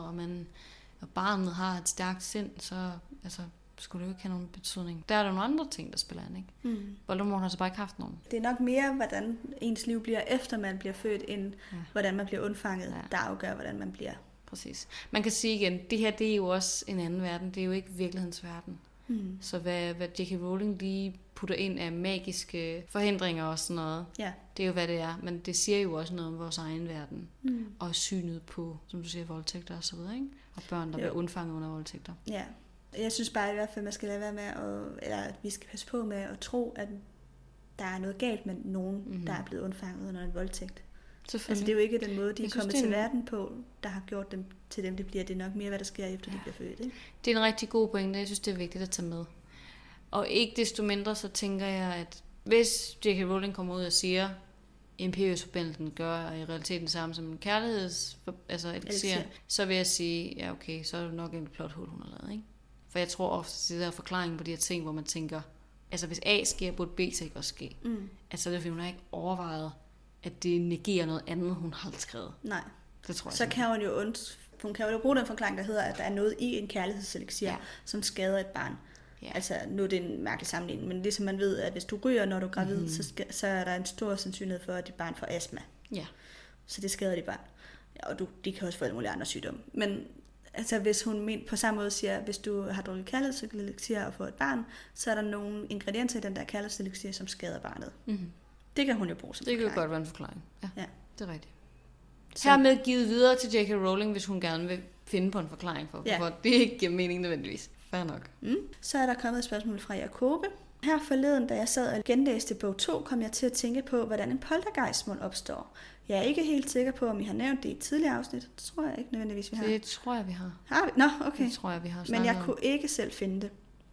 og barnet har et stærkt sind, så skulle det jo ikke have nogen betydning. Der er der nogle andre ting, der spiller ind, ikke? Voldemort har så bare ikke haft nogen. Det er nok mere, hvordan ens liv bliver, efter man bliver født, end hvordan man bliver undfanget, der afgør, hvordan man bliver. Præcis. Man kan sige igen, det her, det er jo også en anden verden. Det er jo ikke virkelighedens verden. Så hvad J.K. Rowling lige putter ind af magiske forhindringer og sådan noget, det er jo, hvad det er. Men det siger jo også noget om vores egen verden. Og synet på, som du siger, voldtægter og så videre, ikke? Og børn, der bliver undfanget under voldtægter. Ja. Jeg synes bare i hvert fald, man skal lade være med, at vi skal passe på med at tro, at der er noget galt med nogen, der er blevet undfanget under en voldtægt. Altså, det er jo ikke den måde, de er kommet til verden på, der har gjort dem til dem, det bliver. Det er nok mere, hvad der sker, efter de bliver født. Ikke? Det er en rigtig god pointe, jeg synes, det er vigtigt at tage med. Og ikke desto mindre, så tænker jeg, at hvis J.K. Rowling kommer ud og siger, Imperius-forbindelsen gør i realiteten det samme som en kærligheds-eliksir, så vil jeg sige, ja okay, så er det nok en plothul, hun har lavet, ikke? For jeg tror ofte, det der forklaring på de her ting, hvor man tænker, altså hvis A sker, burde B så ikke også ske. Altså det er fordi, hun har ikke overvejet, at det negerer noget andet, hun har skrevet. Nej. Det tror jeg. Så kan hun kan jo bruge den forklaring, der hedder, at der er noget i en kærlighedselixir, som skader et barn. Ja. Altså, nu er det en mærkelig sammenligning, men ligesom man ved, at hvis du ryger, når du er gravid, så er der en stor sandsynlighed for, at dit barn får astma. Ja. Så det skader dit barn. Ja, og de kan også få alle mulige andre sygdomme. Men altså, hvis hun på samme måde siger, at hvis du har drukket kærlighedselixir og får et barn, så er der nogle ingredienser i den der kærlighedselixir, som skader barnet. Det kan hun jo bruge som forklaring. Det kan jo godt være en forklaring. Ja. Det er rigtigt. Hermed givet videre til J.K. Rowling, hvis hun gerne vil finde på en forklaring for, hvorfor det ikke giver mening nødvendigvis. Fair nok. Så er der kommet et spørgsmål fra Jakobe. Her forleden, da jeg sad og genlæste bog 2, kom jeg til at tænke på, hvordan en poltergeist mon opstår. Jeg er ikke helt sikker på, om I har nævnt det i et tidligere afsnit. Det tror jeg ikke nødvendigvis, vi har. Det tror jeg, vi har. Har vi? Nå, okay. Det tror jeg, vi har. Men jeg kunne ikke selv finde det.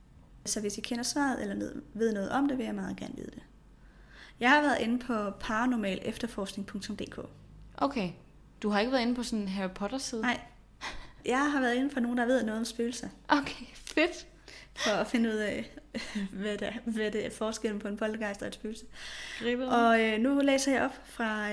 Så hvis I kender svaret eller ved noget om det, vil jeg meget gerne vide det. Jeg har været inde på paranormalefterforskning.dk. Okay. Du har ikke været inde på sådan en Harry Potter-side? Nej. Jeg har været inde på nogen, der ved noget om spøgelser. Okay, fedt. for at finde ud af, hvad det er forskellen på en poltergeist og et spøgelse. Gribet. Og nu læser jeg op fra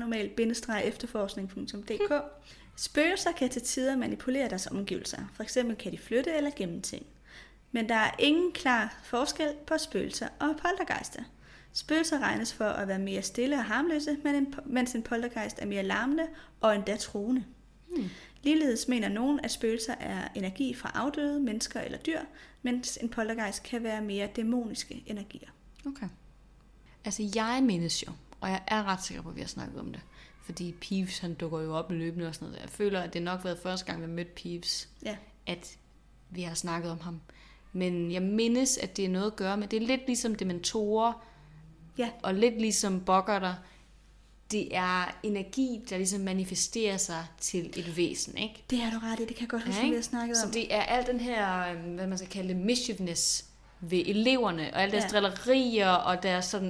paranormal-efterforskning.dk. Spøgelser kan til tider manipulere deres omgivelser. For eksempel kan de flytte eller gemme ting. Men der er ingen klar forskel på spøgelser og poltergeister. Spøgelser regnes for at være mere stille og harmløse, mens en poltergeist er mere larmende og endda truende. Ligeledes mener nogen, at spøgelser er energi fra afdøde mennesker eller dyr, mens en poltergeist kan være mere dæmoniske energier. Okay. Altså jeg mindes jo, og jeg er ret sikker på, at vi har snakket om det, fordi Peeves, han dukker jo op løbende og sådan noget. Jeg føler, at det nok har været første gang, vi mødte Peeves, at vi har snakket om ham. Men jeg mindes, at det er noget at gøre med, det er lidt ligesom dementorer, og lidt ligesom boggerter. Det er energi, der ligesom manifesterer sig til et væsen, ikke? Det har du ret i, det kan jeg godt huske, vi har snakket om. Så det er alt den her, hvad man skal kalde det, mischievness ved eleverne, og alle deres drillerier, og deres sådan,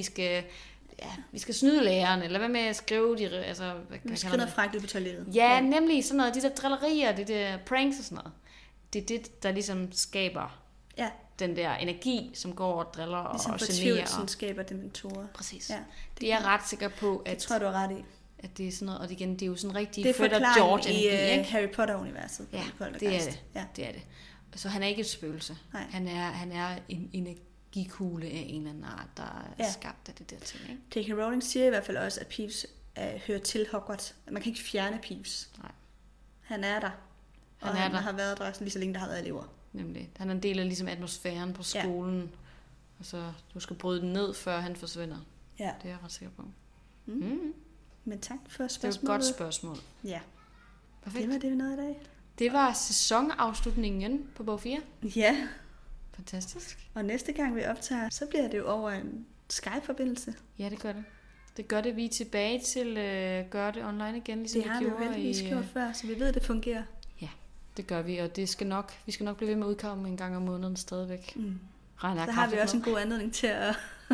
vi skal snyde lærerne, eller hvad med at skrive de, altså... Vi skriver noget frækt ud på toilettet. Ja, nemlig sådan noget, de der drillerier, de der pranks og sådan noget. Det er det, der ligesom skaber den der energi, som går og driller ligesom og generer. Ligesom fortvivlelsen skaber dementorer. Præcis. Ja, det er jeg ret sikker på, at... Det tror du er ret i. At det er sådan noget, og igen, det er jo sådan rigtig det er Fred og George energi, ikke? Harry Potter-universet. Ja, det er det. Ja. Det er det. Så han er ikke et spøgelse. Nej. Han er en energikugle af en eller anden art, der er skabt af det der ting, ikke? J.K. Rowling siger i hvert fald også, at Peeves hører til Hogwarts. Man kan ikke fjerne Peeves. Nej. Han er der. Han har været der lige så længe, der har været elever. Nemlig. Han er en del af ligesom atmosfæren på skolen. Og så du skal bryde den ned, før han forsvinder. Ja. Det er jeg ret sikker på. Men tak for spørgsmålet. Det var et godt spørgsmål. Ja. Perfekt. Det var det, vi nåede i dag. Det var sæsonafslutningen på bog 4. Ja. Fantastisk. Og næste gang vi optager, så bliver det jo over en Skype-forbindelse. Ja, det gør det. Det gør det. Vi er tilbage til gøre det online igen, ligesom det har vi jo heldigvis gjort før, så vi ved, at det fungerer. Ja, det gør vi, og vi skal nok blive ved med at udkomme en gang om måneden stadigvæk. Så har vi også en god anledning til at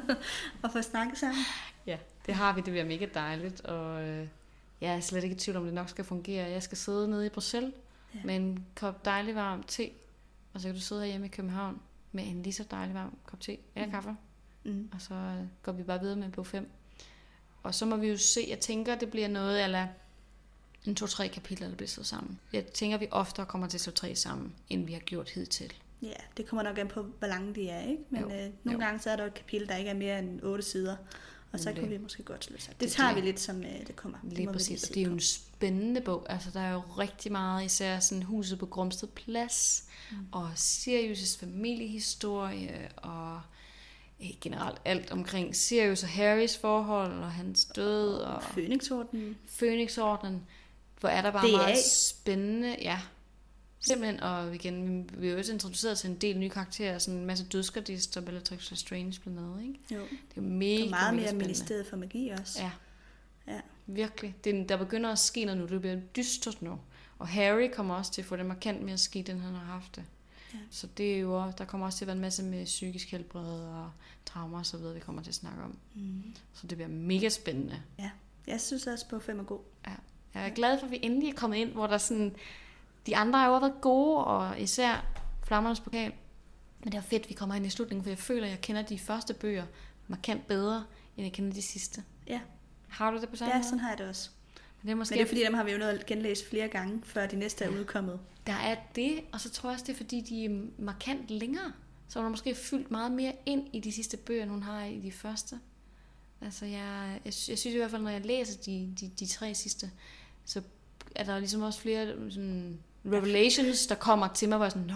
få snakket sammen. Ja, det har vi. Det bliver mega dejligt, og jeg er slet ikke i tvivl om, det nok skal fungere. Jeg skal sidde nede i Bruxelles med en kop dejlig varm te, og så kan du sidde herhjemme i København med en lige så dejlig varm kop te eller kaffe. Og så går vi bare videre med bog 5. Og så må vi jo se, jeg tænker, det bliver noget, eller en 2-3 kapitler, der bliver slået sammen. Jeg tænker, vi oftere kommer til at slå 3 sammen, end vi har gjort hidtil. Ja, det kommer nok an på, hvor lange de er, ikke? Men nogle gange så er der et kapitel, der ikke er mere end 8 sider. Og så kan vi måske godt slå sammen. Det tager vi lidt, som det kommer. Lige præcis, og det er jo en spændende bog. Altså, der er jo rigtig meget, især sådan Huset på Grumsted Plads, og Sirius' familiehistorie, og generelt alt omkring Sirius og Harrys forhold, og hans død, og Fønixordenen. Hvor er der bare meget spændende, simpelthen, og igen, vi er jo også introduceret til en del nye karakterer, sådan en masse dødsgardister, Bellatrix Lestrange blandt andet, ikke? Jo. Det er jo mega, meget mere ministeriet for magi også. Ja. Virkelig. Der begynder at ske noget nu, det bliver dystert nu. Og Harry kommer også til at få det markant mere skidt, end han har haft det. Ja. Så det er jo, der kommer også til at være en masse med psykisk helbred og traumer og så videre, vi kommer til at snakke om. Så det bliver mega spændende. Ja, jeg synes også, bog 5 er god. Ja. Jeg er glad for, at vi endelig er kommet ind, hvor der sådan... De andre har jo været gode, og især Flammernes Pokal. Men det er fedt, at vi kommer ind i slutningen, for jeg føler, at jeg kender de første bøger markant bedre, end jeg kender de sidste. Ja. Har du det på samme måde? Ja, sådan har jeg det også. Men det er fordi, dem har vi jo nået at genlæse flere gange, før de næste er udkommet. Der er det, og så tror jeg også, det er fordi, de er markant længere. Så hun har måske fyldt meget mere ind i de sidste bøger, end hun har i de første. Altså, jeg synes i hvert fald, når jeg læser de 3 sidste, så er der ligesom også flere sådan revelations, der kommer til mig, hvor jeg sådan,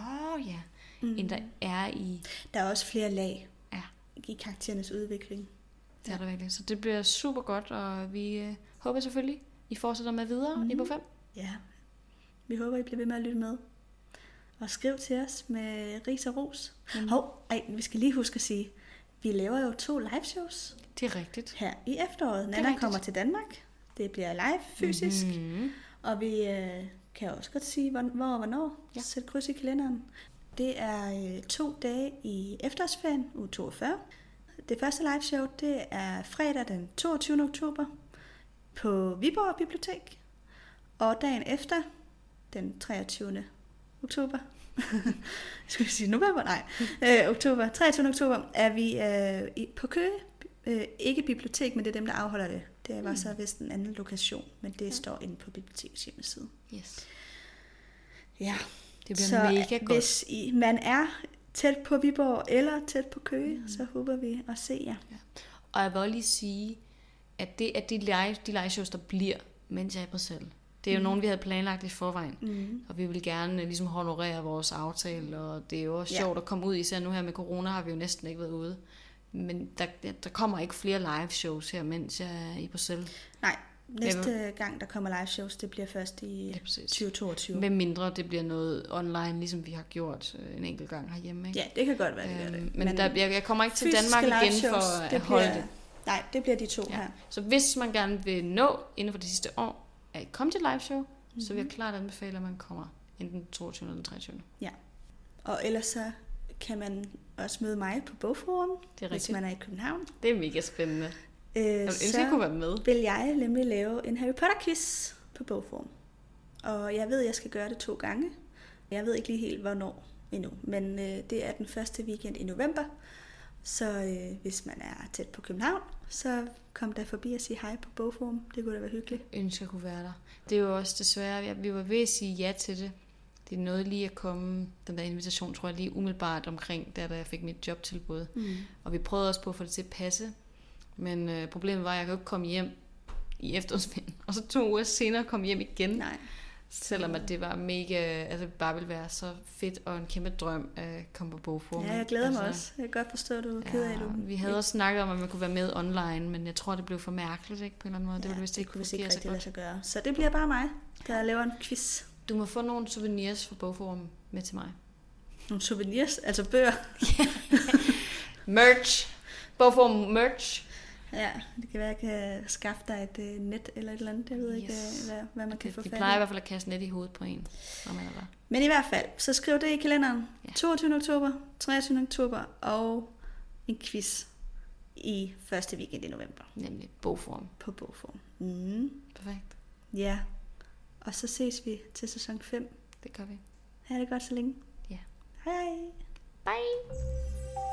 end der er i... Der er også flere lag i karakterernes udvikling. Det er der virkelig. Så det bliver super godt, og vi håber selvfølgelig, I fortsætter med videre i bog 5. Ja, vi håber, I bliver ved med at lytte med. Og skriv til os med ris og ros. Vi skal lige huske at sige, vi laver jo 2 liveshows. Det er rigtigt. Her i efteråret. Nana kommer til Danmark. Det bliver live fysisk. Og vi kan også godt sige, hvor og hvornår. Sæt kryds i kalenderen. Det er 2 dage i efterårsferien, uge 42. Det første liveshow, det er fredag den 22. oktober på Viborg Bibliotek. Og dagen efter, den 23. oktober, Skulle jeg sige november? Nej. Oktober. 23. oktober er vi på Køge. Ikke bibliotek, men det er dem, der afholder det. Det var så vist en anden lokation, men det står inde på bibliotekets hjemmeside. Yes. Ja. Det bliver mega godt. Hvis man er tæt på Viborg eller tæt på Køge, så håber vi at se jer. Ja. Og jeg vil også lige sige, at de live shows, der bliver, mens jeg er i Bruxelles, det er jo nogen, vi havde planlagt i forvejen. Og vi vil gerne ligesom honorere vores aftale, og det er jo også sjovt at komme ud, især nu her med corona har vi jo næsten ikke været ude. Men der kommer ikke flere live shows her, mens jeg er i Bruxelles. Nej, næste gang der kommer live shows, det bliver først i 2022. Med mindre det bliver noget online, ligesom vi har gjort en enkelt gang herhjemme. Ikke? Ja, det kan godt være, det gør det. Men jeg kommer ikke til Danmark igen for at holde det. Nej, det bliver de to her. Så hvis man gerne vil nå inden for det sidste år at komme til live show, så vil jeg klart anbefale, at man kommer enten 22. eller 23. Ja, og ellers så kan man også møde mig på Bogforum, hvis man er i København. Det er mega spændende. Jeg ønsker, jeg kunne være med. Vil jeg nemlig lave en Harry Potter-quiz på Bogforum. Og jeg ved, at jeg skal gøre det 2 gange. Jeg ved ikke lige helt, hvornår endnu, men det er den første weekend i november. Så hvis man er tæt på København, så kom der forbi og sige hej på Bogforum. Det kunne da være hyggeligt. Jeg ønsker, jeg kunne være der. Det er jo også desværre, vi var ved at sige ja til det. Det er noget lige at komme, den der invitation, tror jeg, lige umiddelbart omkring, da jeg fik mit jobtilbud. Og vi prøvede også på at få det til at passe. Men problemet var, at jeg kunne ikke komme hjem i efterårsferien. Og så 2 uger senere kom hjem igen. Nej. Selvom at det var mega, altså det bare ville være så fedt og en kæmpe drøm at komme på Bogforum. Ja, jeg glæder mig også. Jeg kan godt forstå, at du er ked af det. Vi havde også snakket om, at man kunne være med online, men jeg tror, det blev for mærkeligt, ikke, på en eller anden måde. Ja, det ville vist ikke kunne ikke rigtig lade sig gøre. Så det bliver bliver bare mig, der laver en quiz. Du må få nogle souvenirs fra Bogforum med til mig. Nogle souvenirs? Altså bøger? Merch! Bogforum merch! Ja, det kan være, at jeg kan skaffe dig et net eller et eller andet. Jeg ved ikke, hvad man kan få fat i. De plejer i hvert fald at kaste net i hovedet på en, når man er der. Men i hvert fald, så skriv det i kalenderen. 22. oktober, 23. oktober og en quiz i første weekend i november. Nemlig Bogforum. På Bogforum. Perfekt. Ja, og så ses vi til sæson 5. Det gør vi. Ha' det godt så længe. Ja. Hej. Bye.